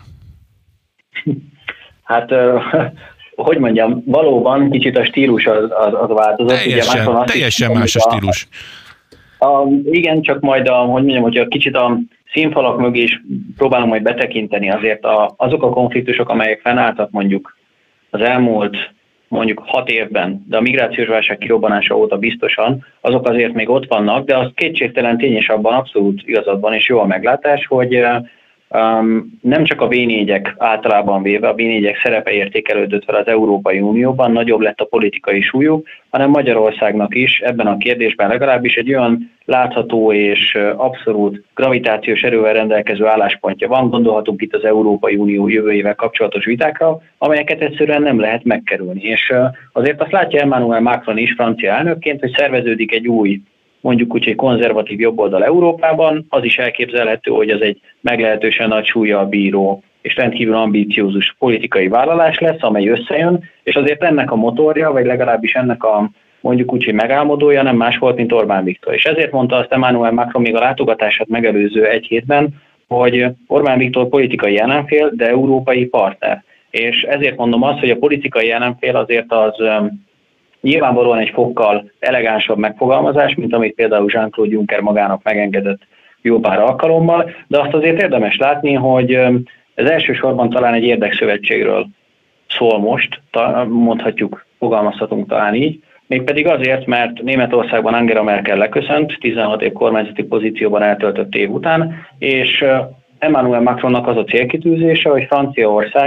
C: Hát, hogy mondjam, valóban kicsit a stílus az, az, az változott.
A: Teljesen,
C: Ugye,
A: teljesen más a stílus.
C: A, a, igen, csak majd, a, hogy mondjam, hogyha kicsit a színfalak mögé is próbálom majd betekinteni, azért a, azok a konfliktusok, amelyek fennálltak mondjuk az elmúlt mondjuk hat évben, de a migrációs válság kirobbanása óta biztosan, azok azért még ott vannak, de az kétségtelen tény, és abban abszolút igazad van, és jó a meglátás, hogy um, nem csak a vé négyek általában véve, a vé négyek szerepe értékelődött fel az Európai Unióban, nagyobb lett a politikai súlyuk, hanem Magyarországnak is ebben a kérdésben legalábbis egy olyan látható és abszolút gravitációs erővel rendelkező álláspontja van, gondolhatunk itt az Európai Unió jövőjével kapcsolatos vitákra, amelyeket egyszerűen nem lehet megkerülni. És azért azt látja Emmanuel Macron is francia elnökként, hogy szerveződik egy új, mondjuk úgy, egy konzervatív jobboldal Európában, az is elképzelhető, hogy az egy meglehetősen nagy súllyal bíró és rendkívül ambíciózus politikai vállalás lesz, amely összejön, és azért ennek a motorja, vagy legalábbis ennek a mondjuk úgy, hogy megálmodója nem más volt, mint Orbán Viktor. És ezért mondta azt Emmanuel Macron még a látogatását megelőző egy hétben, hogy Orbán Viktor politikai ellenfél, de európai partner. És ezért mondom azt, hogy a politikai ellenfél azért az um, nyilvánvalóan egy fokkal elegánsabb megfogalmazás, mint amit például Jean-Claude Juncker magának megengedett jó pár alkalommal, de azt azért érdemes látni, hogy um, ez elsősorban talán egy érdekszövetségről szól most, mondhatjuk, fogalmazhatunk talán így, mégpedig azért, mert Németországban Angela Merkel leköszönt, tizenhat év kormányzati pozícióban eltöltött év után, és Emmanuel Macronnak az a célkitűzése, hogy Franciaország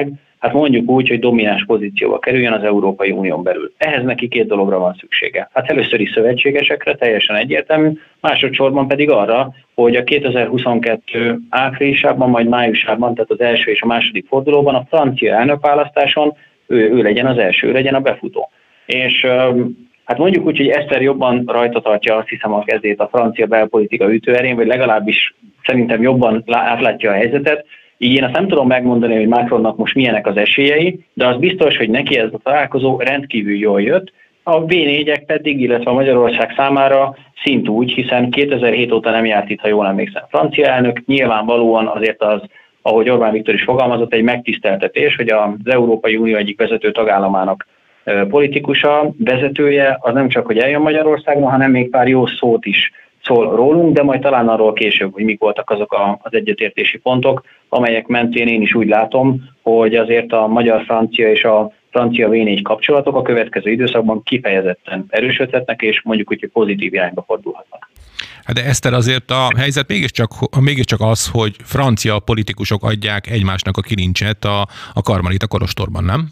C: hát mondjuk úgy, hogy domináns pozícióba kerüljön az Európai Unión belül. Ehhez neki két dologra van szüksége. Hát először is szövetségesekre, teljesen egyértelmű, másodszorban pedig arra, hogy a kétezer-huszonkettő áprilisában, majd májusában, tehát az első és a második fordulóban a francia elnökválasztáson ő, ő legyen az első, ő legyen a befutó. És hát mondjuk úgy, hogy Eszter jobban rajta tartja, azt hiszem, a kezét a francia belpolitika ütőerén, vagy legalábbis szerintem jobban átlátja a helyzetet. Így én azt nem tudom megmondani, hogy Macronnak most milyenek az esélyei, de az biztos, hogy neki ez a találkozó rendkívül jól jött, a vé négyek pedig, illetve a Magyarország számára szintúgy, hiszen kétezer-hét óta nem járt itt, ha jól emlékszem, francia elnök, nyilvánvalóan azért az, ahogy Orbán Viktor is fogalmazott, egy megtiszteltetés, hogy az Európai Unió egyik vezető tagállamának politikusa, vezetője, az nem csak, hogy eljön Magyarországra, hanem még pár jó szót is szól rólunk, de majd talán arról később, hogy mik voltak azok a, az egyetértési pontok, amelyek mentén én is úgy látom, hogy azért a magyar-francia és a francia vé négy kapcsolatok a következő időszakban kifejezetten erősödhetnek, és mondjuk úgy, hogy pozitív irányba fordulhatnak.
A: De Eszter, azért a helyzet mégiscsak, mégiscsak az, hogy francia politikusok adják egymásnak a kilincset a, a Karmelita kolostorban, nem?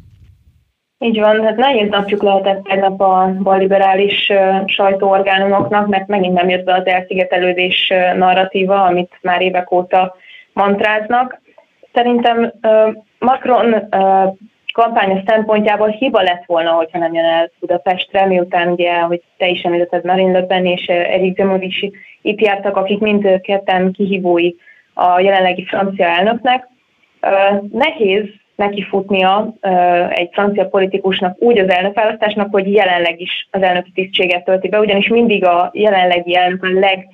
B: Így van, hát nehéz napjuk lehetett tegnap a balliberális sajtóorgánumoknak, mert megint nem jött be az elszigetelődés narratíva, amit már évek óta mantráznak. Szerintem Macron kampánya szempontjából hiba lett volna, hogyha nem jön el Budapestre, miután ugye, hogy te is említetted, Marine Le Pen és Éric Zemmour is itt jártak, akik mindketten kihívói a jelenlegi francia elnöknek. Nehéz neki futnia egy francia politikusnak úgy az elnökválasztásnak, hogy jelenleg is az elnöki tisztséget tölti be, ugyanis mindig a jelenlegi elnök a leg,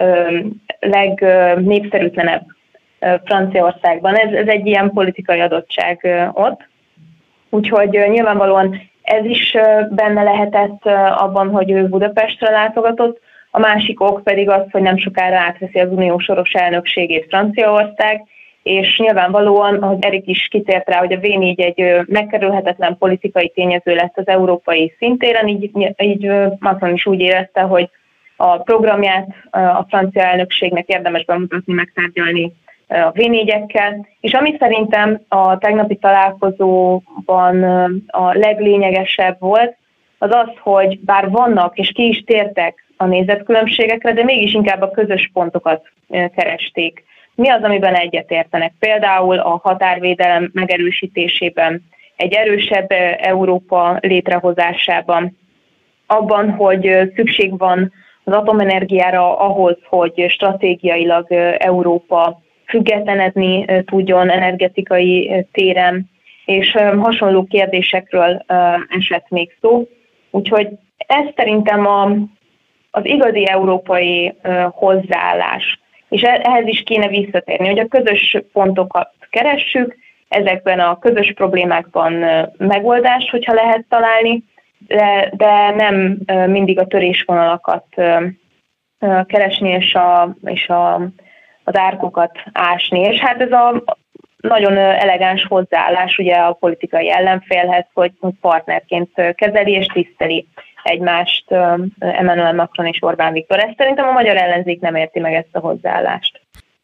B: legnépszerűtlenebb Franciaországban. Ez, ez egy ilyen politikai adottság ott. Úgyhogy nyilvánvalóan ez is benne lehetett abban, hogy ő Budapestre látogatott. A másik ok pedig az, hogy nem sokára átveszi az unió soros elnökségét Franciaország, és nyilvánvalóan, ahogy Erik is kitért rá, hogy a vé négy egy megkerülhetetlen politikai tényező lett az európai szintéren, így, így Macron is úgy érezte, hogy a programját a francia elnökségnek érdemes bemutatni, megtárgyalni a vé négyekkel, és ami szerintem a tegnapi találkozóban a leglényegesebb volt, az az, hogy bár vannak, és ki is tértek a nézetkülönbségekre, de mégis inkább a közös pontokat keresték. Mi az, amiben egyetértenek? Például a határvédelem megerősítésében, egy erősebb Európa létrehozásában, abban, hogy szükség van az atomenergiára ahhoz, hogy stratégiailag Európa függetlenedni tudjon energetikai téren, és hasonló kérdésekről esett még szó. Úgyhogy ez szerintem a, az igazi európai hozzáállás. És ehhez is kéne visszatérni, hogy a közös pontokat keressük, ezekben a közös problémákban megoldást, hogyha lehet találni, de, de nem mindig a törésvonalakat keresni és, a, és a, az árkokat ásni. És hát ez a nagyon elegáns hozzáállás ugye a politikai ellenfélhez, hogy partnerként kezeli és tiszteli egymást Emmanuel Macron és Orbán Viktor. Ezt szerintem a magyar ellenzék nem érti meg ezt a hozzáállást.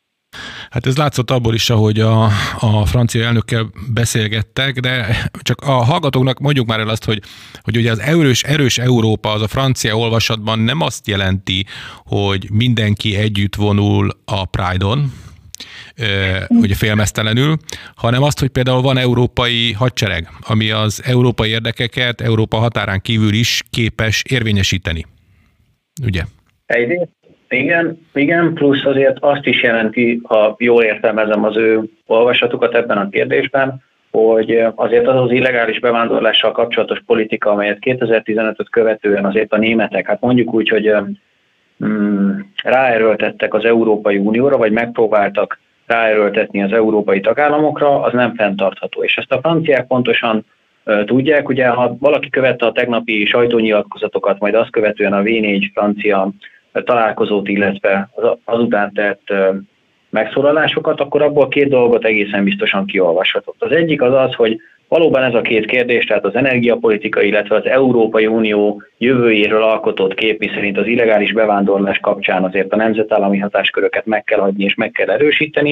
A: Hát ez látszott abból is, ahogy a, a francia elnökkel beszélgettek, de csak a hallgatóknak mondjuk már el azt, hogy, hogy ugye az erős, erős Európa az a francia olvasatban nem azt jelenti, hogy mindenki együtt vonul a Pride-on, ugye félmeztelenül, hanem azt, hogy például van európai hadsereg, ami az európai érdekeket Európa határán kívül is képes érvényesíteni. Ugye?
C: Egyrészt, igen, igen, plusz azért azt is jelenti, ha jól értelmezem az ő olvasatukat ebben a kérdésben, hogy azért az az illegális bevándorlással kapcsolatos politika, amelyet kétezer-tizenötöt követően azért a németek, hát mondjuk úgy, hogy mm, ráerőltettek az Európai Unióra, vagy megpróbáltak ráerőltetni az európai tagállamokra, az nem fenntartható. És ezt a franciák pontosan uh, tudják, ugye ha valaki követte a tegnapi sajtónyilatkozatokat, majd azt követően a vé négy francia találkozót, illetve az, azután tett uh, megszólalásokat, akkor abból két dolgot egészen biztosan kiolvashatott. Az egyik az az, hogy valóban ez a két kérdés, tehát az energiapolitika, illetve az Európai Unió jövőjéről alkotott kép, miszerint az illegális bevándorlás kapcsán azért a nemzetállami hatásköröket meg kell adni és meg kell erősíteni.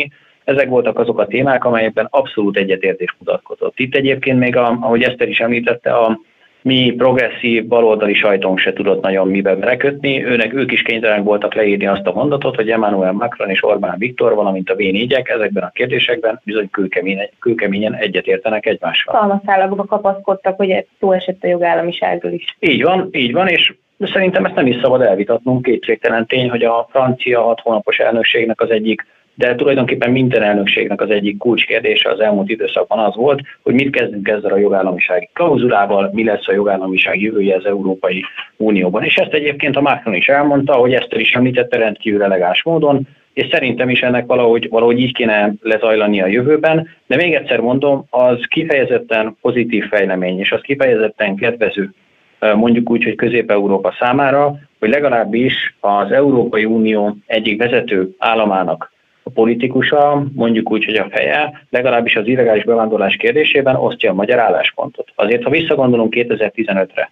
C: Ezek voltak azok a témák, amelyekben abszolút egyetértés mutatkozott. Itt egyébként még, a, ahogy Eszter is említette, a mi progresszív baloldali sajtónk se tudott nagyon miben belekötni. Őnek, ők is kénytelenek voltak leírni azt a mondatot, hogy Emmanuel Macron és Orbán Viktor, valamint a vé négyek ezekben a kérdésekben bizony kőkeményen, kőkeményen egyetértenek egymással.
B: Szalmaszálakba kapaszkodtak, hogy ez szó esett a jogállamiságról is.
C: Így van, így van, és szerintem ezt nem is szabad elvitatnunk. Kétségtelen tény, hogy a francia hat hónapos elnökségnek az egyik, de tulajdonképpen minden elnökségnek az egyik kulcskérdése az elmúlt időszakban az volt, hogy mit kezdünk ezzel a jogállamisági klauzulával, mi lesz a jogállamiság jövője az Európai Unióban. És ezt egyébként a Macron is elmondta, hogy ezt is említette rendkívül elegáns módon, és szerintem is ennek valahogy, valahogy így kéne lezajlani a jövőben, de még egyszer mondom, az kifejezetten pozitív fejlemény, és az kifejezetten kedvező, mondjuk úgy, hogy Közép-Európa számára, hogy legalábbis az Európai Unió egyik vezető államának a politikusa, mondjuk úgy, hogy a feje, legalábbis az illegális bevándorlás kérdésében osztja a magyar álláspontot. Azért, ha visszagondolunk kétezer-tizenötre,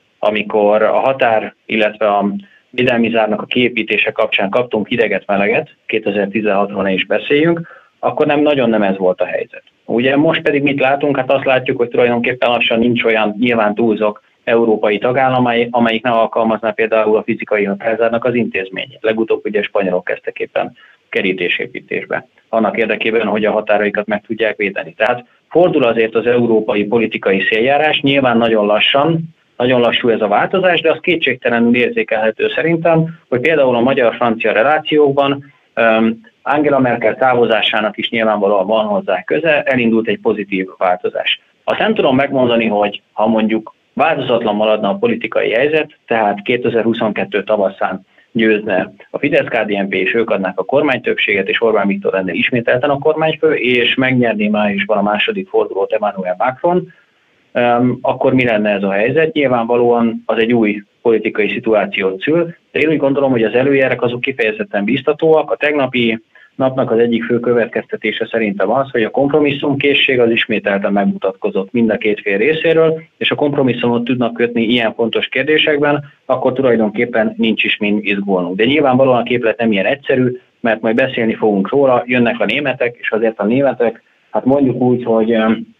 C: amikor a határ, illetve a védelmi zárnak a kiépítése kapcsán kaptunk hideget-meleget, kétezer-tizenhatról ne is beszéljünk, akkor nem nagyon nem ez volt a helyzet. Ugye most pedig mit látunk? Hát azt látjuk, hogy tulajdonképpen lassan nincs olyan nyilván túlzok európai tagállam, amelyik ne alkalmazná például a fizikai határozárnak az intézményét. Legutóbb ugye a spanyolok kezdtek éppen kerítésépítésbe, annak érdekében, hogy a határaikat meg tudják védeni. Tehát fordul azért az európai politikai széljárás, nyilván nagyon lassan, nagyon lassú ez a változás, de az kétségtelenül érzékelhető szerintem, hogy például a magyar-francia relációkban um, Angela Merkel távozásának is nyilvánvalóan van hozzá köze, elindult egy pozitív változás. Azt nem tudom megmondani, hogy ha mondjuk változatlan maradna a politikai helyzet, tehát kétezer-huszonkettő tavaszán győzne a Fidesz-ká dé en pé, és ők adnák a kormánytöbbséget, és Orbán Viktor lenne ismételten a kormányfő, és megnyerné májusban a második fordulót Emmanuel Macron, um, akkor mi lenne ez a helyzet? Nyilvánvalóan az egy új politikai szituációt szül, de én úgy gondolom, hogy az előjelek azok kifejezetten biztatóak. A tegnapi napnak az egyik fő következtetése szerintem az, hogy a kompromisszumkészség az ismételten megmutatkozott mind a két fél részéről, és a kompromisszumot tudnak kötni ilyen fontos kérdésekben, akkor tulajdonképpen nincs is mind izgulnunk. De nyilvánvalóan a képlet nem ilyen egyszerű, mert majd beszélni fogunk róla, jönnek a németek, és azért a németek, hát mondjuk úgy, hogy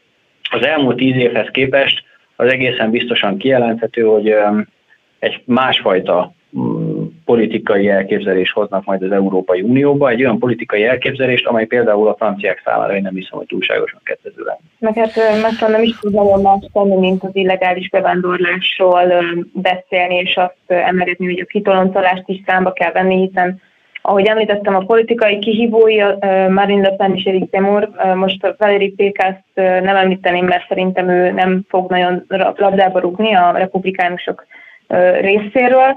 C: az elmúlt tíz évhez képest az egészen biztosan kijelenthető, hogy egy másfajta politikai elképzelést hoznak majd az Európai Unióba, egy olyan politikai elképzelést, amely például a franciák számára én nem hiszem, hogy túlságosan kedvező lenne.
B: Meg hát Macron nem is tud nagyon más tenni, mint az illegális bevándorlásról beszélni, és azt emelgetni, hogy a kitoloncolást is számba kell venni, hiszen ahogy említettem, a politikai kihívói Marine Le Pen és Eric Zemmour, most Valérie Pécresse nem említeném, mert szerintem ő nem fog nagyon labdába rúgni a republikánusok részéről,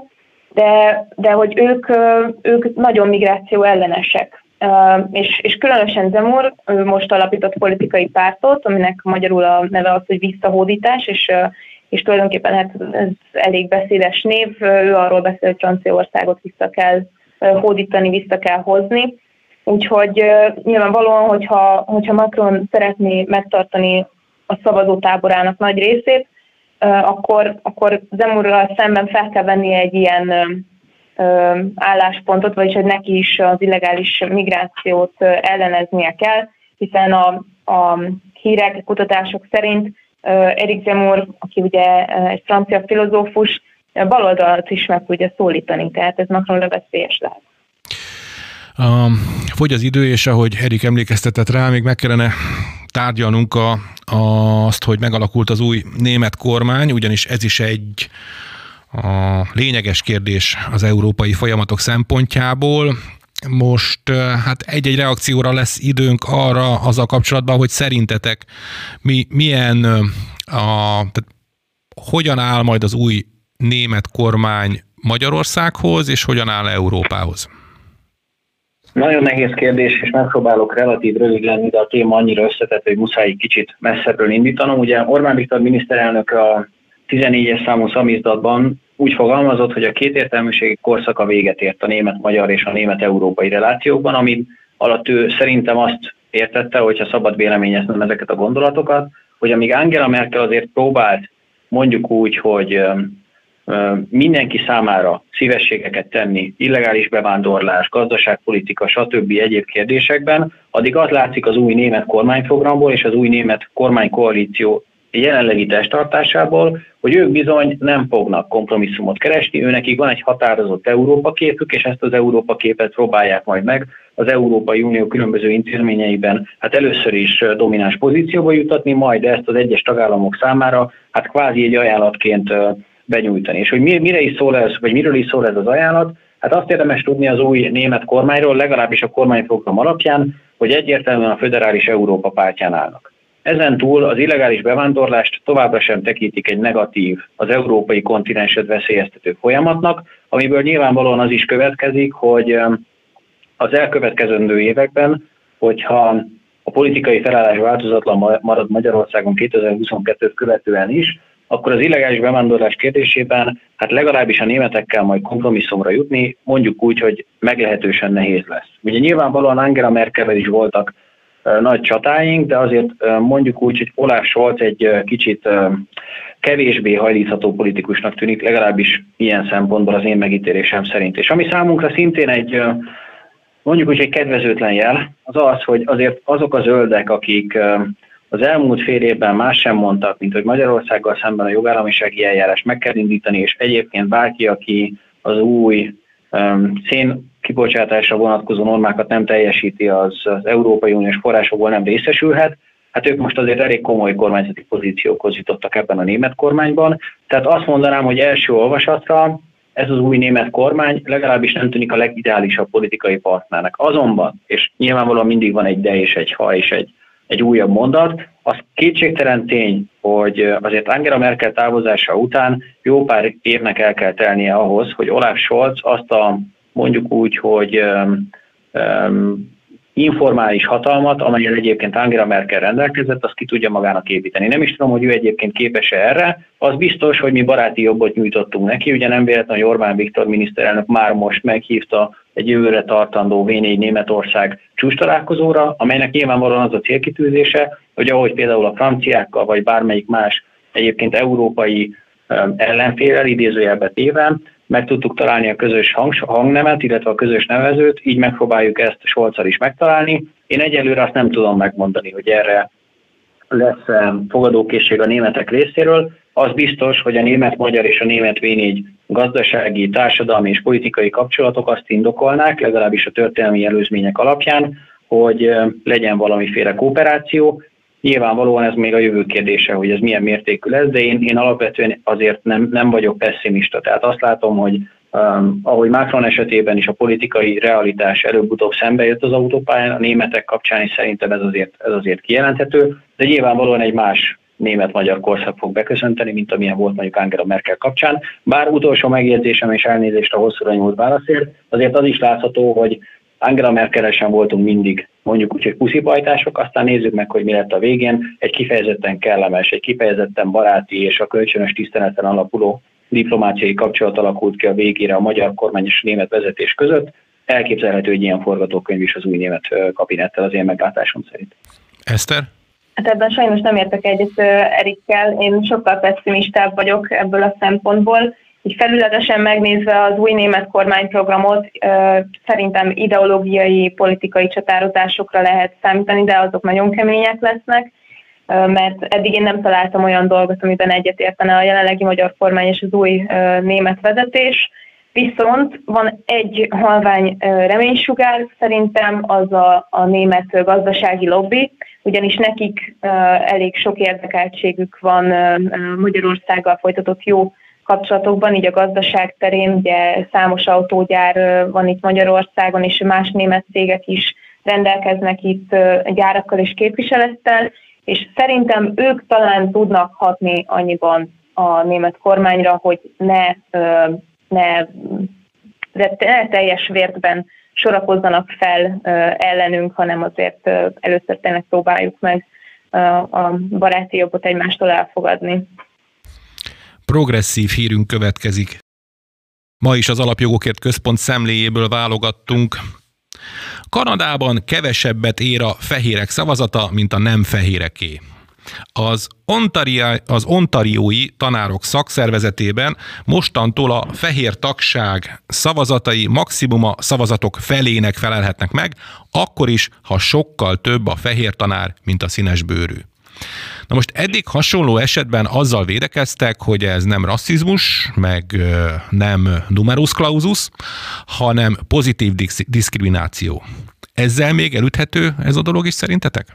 B: de, de hogy ők, ők nagyon migráció ellenesek. És, és különösen Zemmour most alapított politikai pártot, aminek magyarul a neve az, hogy visszahódítás, és, és tulajdonképpen hát ez elég beszédes név, ő arról beszél, hogy Franciaországot vissza kell hódítani, vissza kell hozni. Úgyhogy nyilvánvalóan, hogyha, hogyha Macron szeretné megtartani a szavazótáborának nagy részét, akkor, akkor Zemmourral szemben fel kell venni egy ilyen ö, álláspontot, vagyis hogy neki is az illegális migrációt elleneznie kell, hiszen a, a hírek, a kutatások szerint Eric Zemmour, aki ugye egy francia filozófus, baloldalt is meg tudja szólítani, tehát ez Macronra veszélyes lehet.
A: Um, fogy az idő, és ahogy Erik emlékeztetett rá, még meg kellene tárgyalnunk a, a, azt, hogy megalakult az új német kormány, ugyanis ez is egy a lényeges kérdés az európai folyamatok szempontjából. Most hát egy-egy reakcióra lesz időnk arra azzal kapcsolatban, hogy szerintetek mi, milyen, a, tehát hogyan áll majd az új német kormány Magyarországhoz, és hogyan áll Európához?
C: Nagyon nehéz kérdés, és megpróbálok relatív rövid lenni, de a téma annyira összetett, hogy muszáj egy kicsit messzebbről indítanom. Ugye Orbán Viktor miniszterelnök a tizennégyes számú szamizdatban úgy fogalmazott, hogy a kétértelműségi korszaka véget ért a német-magyar és a német-európai relációkban, amit alatt ő szerintem azt értette, hogyha szabad véleményeznem ezeket a gondolatokat, hogy amíg Angela Merkel azért próbált mondjuk úgy, hogy mindenki számára szívességeket tenni, illegális bevándorlás, gazdaságpolitika, stb. Egyéb kérdésekben, addig az látszik az új német kormányprogramból és az új német kormánykoalíció jelenlegi testtartásából, hogy ők bizony nem fognak kompromisszumot keresni, őnekik van egy határozott Európa képük, és ezt az Európa képet próbálják majd meg az Európai Unió különböző intézményeiben hát először is domináns pozícióba jutatni, majd ezt az egyes tagállamok számára hát kvázi egy ajánlatként benyújtani. És hogy mire is szól ez, vagy miről is szól ez az ajánlat? Hát azt érdemes tudni az új német kormányról, legalábbis a kormányprogram alapján, hogy egyértelműen a föderális Európa pártján állnak. Ezen túl az illegális bevándorlást továbbra sem tekintik egy negatív, az európai kontinenset veszélyeztető folyamatnak, amiből nyilvánvalóan az is következik, hogy az elkövetkezendő években, hogyha a politikai felállás változatlan marad Magyarországon kétezer-huszonkettőt követően is, akkor az illegális bevándorlás kérdésében hát legalábbis a németekkel majd kompromisszumra jutni, mondjuk úgy, hogy meglehetősen nehéz lesz. Ugye nyilvánvalóan Angela Merkelvel is voltak uh, nagy csatáink, de azért uh, mondjuk úgy, hogy Olaf Scholz egy uh, kicsit uh, kevésbé hajlítható politikusnak tűnik, legalábbis ilyen szempontból az én megítélésem szerint. És ami számunkra szintén egy, uh, mondjuk úgy, egy kedvezőtlen jel, az az, hogy azért azok a zöldek, akik uh, az elmúlt fél évben más sem mondtak, mint hogy Magyarországgal szemben a jogállamisági eljárás meg kell indítani, és egyébként bárki, aki az új um, szénkibocsátásra vonatkozó normákat nem teljesíti, az, az Európai Uniós forrásokból nem részesülhet. Hát ők most azért elég komoly kormányzati pozíciókhoz jutottak ebben a német kormányban. Tehát azt mondanám, hogy első olvasatra ez az új német kormány legalábbis nem tűnik a legideálisabb politikai partnernek. Azonban, és nyilvánvalóan mindig van egy de és egy ha és egy egy újabb mondat, az kétségtelen tény, hogy azért Angela Merkel távozása után jó pár évnek el kell telnie ahhoz, hogy Olaf Scholz azt a mondjuk úgy, hogy um, um, informális hatalmat, amelyen egyébként Angela Merkel rendelkezett, azt ki tudja magának építeni. Nem is tudom, hogy ő egyébként képes-e erre, az biztos, hogy mi baráti jobbot nyújtottunk neki, ugye nem véletlen, hogy Orbán Viktor miniszterelnök már most meghívta egy jövőre tartandó vé négy Németország csúcstalálkozóra, amelynek nyilvánvalóan az a célkitűzése, hogy ahogy például a franciákkal, vagy bármelyik más egyébként európai ellenféllel idézőjelbe téve, meg tudtuk találni a közös hang, hangnemet, illetve a közös nevezőt, így megpróbáljuk ezt Scholzzal is megtalálni. Én egyelőre azt nem tudom megmondani, hogy erre lesz fogadókészség a németek részéről. Az biztos, hogy a német-magyar és a német vé négy gazdasági, társadalmi és politikai kapcsolatok azt indokolnák, legalábbis a történelmi előzmények alapján, hogy legyen valamiféle kooperáció. Nyilvánvalóan ez még a jövő kérdése, hogy ez milyen mértékű lesz, de én, én alapvetően azért nem, nem vagyok pessimista. Tehát azt látom, hogy um, ahogy Macron esetében is a politikai realitás előbb-utóbb szembe jött az autópályán, a németek kapcsán is szerintem ez azért, ez azért kijelenthető, de nyilvánvalóan egy más német-magyar korszak fog beköszönteni, mint amilyen volt mondjuk Angela Merkel kapcsán. Bár utolsó megjegyzésem és elnézést a hosszúra nyúlt válaszért, azért az is látható, hogy Angela Merkel sem voltunk mindig, mondjuk úgy, hogy puszipajtások, aztán nézzük meg, hogy mi lett a végén. Egy kifejezetten kellemes, egy kifejezetten baráti és a kölcsönös tiszteleten alapuló diplomáciai kapcsolat alakult ki a végére a magyar kormány és a német vezetés között. Elképzelhető, hogy ilyen forgatókönyv is az új német kabinettel, az én meglátásom szerint.
A: Eszter?
B: Hát ebben sajnos nem értek egyet Erikkel, én sokkal pessimistább vagyok ebből a szempontból. Így felületesen megnézve az új német kormányprogramot, szerintem ideológiai, politikai csatározásokra lehet számítani, de azok nagyon kemények lesznek, mert eddig én nem találtam olyan dolgot, amiben egyetértene a jelenlegi magyar kormány és az új német vezetés. Viszont van egy halvány reménysugár, szerintem az a, a német gazdasági lobby, ugyanis nekik elég sok érdekeltségük van Magyarországgal folytatott jó kapcsolatokban, így a gazdaság terén, ugye számos autógyár van itt Magyarországon, és más német cégek is rendelkeznek itt gyárakkal és képviselettel, és szerintem ők talán tudnak hatni annyiban a német kormányra, hogy ne, ne, ne teljes vértben sorakozzanak fel ellenünk, hanem azért először tényleg próbáljuk meg a baráti jogot egymástól elfogadni.
A: Progresszív hírünk következik. Ma is az Alapjogokért Központ szemléjéből válogattunk. Kanadában kevesebbet ér a fehérek szavazata, mint a nem fehéreké. Az, Ontario, az ontariói tanárok szakszervezetében mostantól a fehér tagság szavazatai maximum a szavazatok felének felelhetnek meg, akkor is, ha sokkal több a fehér tanár, mint a színes bőrű. Na most eddig hasonló esetben azzal védekeztek, hogy ez nem rasszizmus, meg nem numerus clausus, hanem pozitív diszkrimináció. Ezzel még elüthető ez a dolog is szerintetek?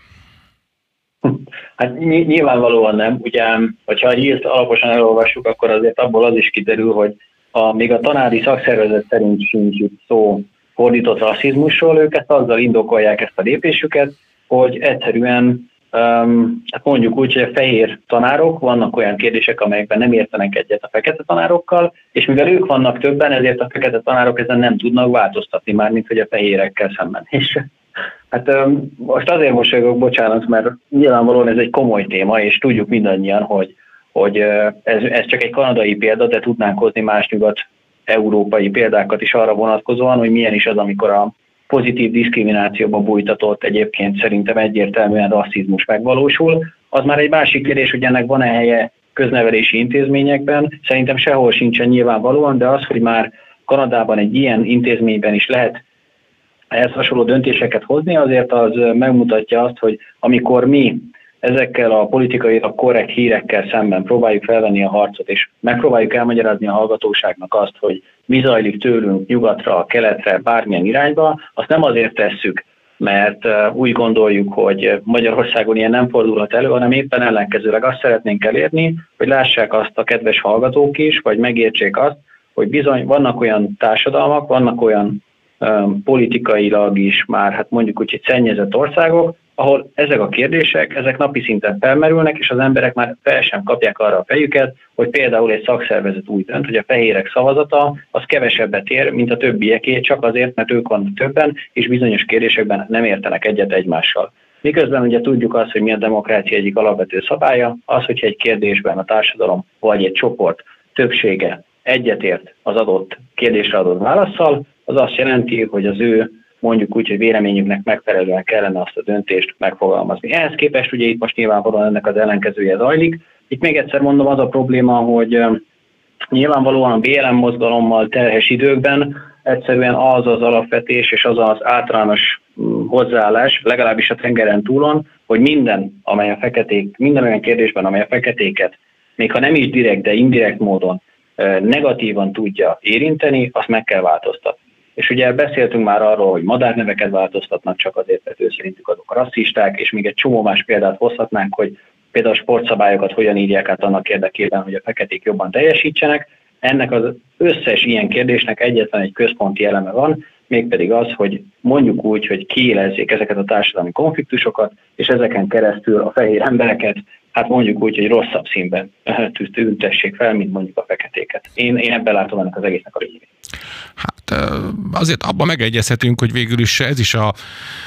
C: Hát nyilvánvalóan nem. Ugye, hogyha a hírt alaposan elolvassuk, akkor azért abból az is kiderül, hogy a, még a tanári szakszervezet szerint sincs itt szó fordított rasszizmusról, ők ezt azzal indokolják ezt a lépésüket, hogy egyszerűen Um, hát mondjuk úgy, hogy a fehér tanárok, vannak olyan kérdések, amelyekben nem értenek egyet a fekete tanárokkal, és mivel ők vannak többen, ezért a fekete tanárok ezen nem tudnak változtatni már, mint hogy a fehérekkel szemben. És hát um, most azért mosolygok, bocsánat, mert nyilvánvalóan ez egy komoly téma, és tudjuk mindannyian, hogy, hogy ez, ez csak egy kanadai példa, de tudnánk hozni más nyugat-európai példákat is arra vonatkozóan, hogy milyen is az, amikor a pozitív diszkriminációba bújtatott, egyébként szerintem egyértelműen rasszizmus megvalósul. Az már egy másik kérdés, hogy ennek van-e helye köznevelési intézményekben. Szerintem sehol sincsen nyilvánvalóan, de az, hogy már Kanadában egy ilyen intézményben is lehet ehhez hasonló döntéseket hozni, azért az megmutatja azt, hogy amikor mi ezekkel a politikailag korrekt hírekkel szemben próbáljuk felvenni a harcot, és megpróbáljuk elmagyarázni a hallgatóságnak azt, hogy mi zajlik tőlünk nyugatra, keletre, bármilyen irányba, azt nem azért tesszük, mert úgy gondoljuk, hogy Magyarországon ilyen nem fordulhat elő, hanem éppen ellenkezőleg azt szeretnénk elérni, hogy lássák azt a kedves hallgatók is, vagy megértsék azt, hogy bizony vannak olyan társadalmak, vannak olyan um, politikailag is már, hát mondjuk úgy, hogy szennyezett országok, ahol ezek a kérdések, ezek napi szinten felmerülnek, és az emberek már fel sem kapják arra a fejüket, hogy például egy szakszervezet úgy dönt, hogy a fehérek szavazata az kevesebbet ér, mint a többieké, csak azért, mert ők vannak többen, és bizonyos kérdésekben nem értenek egyet egymással. Miközben ugye tudjuk azt, hogy mi a demokrácia egyik alapvető szabálya, az, hogyha egy kérdésben a társadalom vagy egy csoport többsége egyetért az adott kérdésre adott válasszal, az azt jelenti, hogy az ő mondjuk úgy, hogy véleményüknek megfelelően kellene azt a döntést megfogalmazni. Ehhez képest ugye itt most nyilvánvalóan ennek az ellenkezője zajlik. Itt még egyszer mondom, az a probléma, hogy nyilvánvalóan a bé el em mozgalommal terhes időkben egyszerűen az az alapvetés és az az általános hozzáállás, legalábbis a tengeren túlon, hogy minden, amely a feketék, minden olyan kérdésben, amely a feketéket, még ha nem is direkt, de indirekt módon negatívan tudja érinteni, azt meg kell változtatni. És ugye beszéltünk már arról, hogy madárneveket változtatnak csak azért, mert ő szerintük azok rasszisták, és még egy csomó más példát hozhatnánk, hogy például a sportszabályokat hogyan írják át annak érdekében, hogy a feketék jobban teljesítsenek. Ennek az összes ilyen kérdésnek egyetlen egy központi eleme van, mégpedig az, hogy mondjuk úgy, hogy kiélezzék ezeket a társadalmi konfliktusokat, és ezeken keresztül a fehér embereket, hát mondjuk úgy, hogy rosszabb színben tüntessék fel, mint mondjuk a feketéket. Én, én ebben látom ennek az egésznek a lényegét.
A: Hát azért abban megegyezhetünk, hogy végül is ez is a, a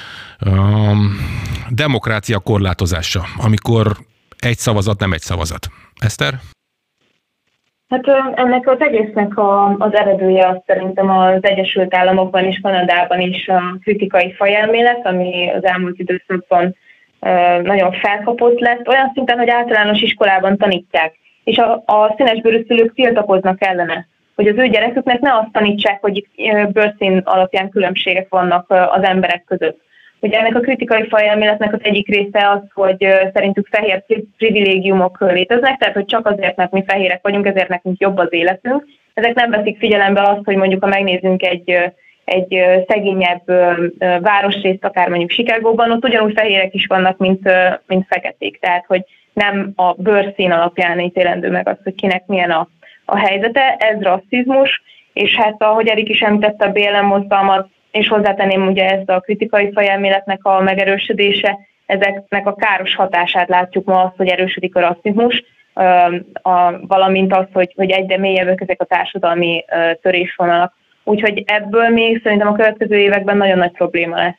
A: demokrácia korlátozása, amikor egy szavazat nem egy szavazat. Eszter?
B: Hát ennek az egésznek a, az eredője az szerintem az Egyesült Államokban és Kanadában is a kritikai fajelmélet, ami az elmúlt időszakban nagyon felkapott lett, olyan szinten, hogy általános iskolában tanítják, és a, a színesbőrű szülők tiltakoznak ellene, hogy az ő gyereküknek ne azt tanítsák, hogy bőrszín alapján különbségek vannak az emberek között. Ugye ennek a kritikai fajelméletnek az egyik része az, hogy szerintük fehér privilégiumok léteznek, tehát hogy csak azért, mert mi fehérek vagyunk, ezért nekünk jobb az életünk. Ezek nem veszik figyelembe azt, hogy mondjuk ha megnézzünk egy, egy szegényebb városrészt, akár mondjuk Chicagóban, ott ugyanúgy fehérek is vannak, mint, mint feketék. Tehát, hogy nem a bőrszín alapján ítélendő meg az, hogy kinek milyen a, a helyzete, ez rasszizmus, és hát ahogy Erik is említette a bé el em mozgalmat, és hozzátenném ugye ezt a kritikai fajelméletnek a megerősödése, ezeknek a káros hatását látjuk ma azt, hogy erősödik a rasszizmus, a, valamint az, hogy, hogy egyre mélyebbek ezek a társadalmi törésvonalak. Úgyhogy ebből még szerintem a következő években nagyon nagy probléma lesz.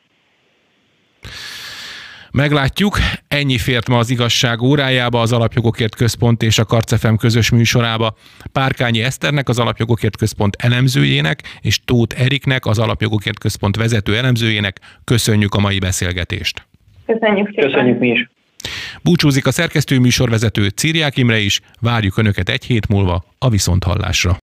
A: Meglátjuk, ennyi fért ma az Igazság órájába, az Alapjogokért Központ és a Karc ef em közös műsorába. Párkányi Eszternek, az Alapjogokért Központ elemzőjének, és Tóth Eriknek, az Alapjogokért Központ vezető elemzőjének köszönjük a mai beszélgetést.
B: Köszönjük szépen.
C: Köszönjük mi is.
A: Búcsúzik a szerkesztő műsorvezető Círiák Imre is, várjuk Önöket egy hét múlva a Viszonthallásra.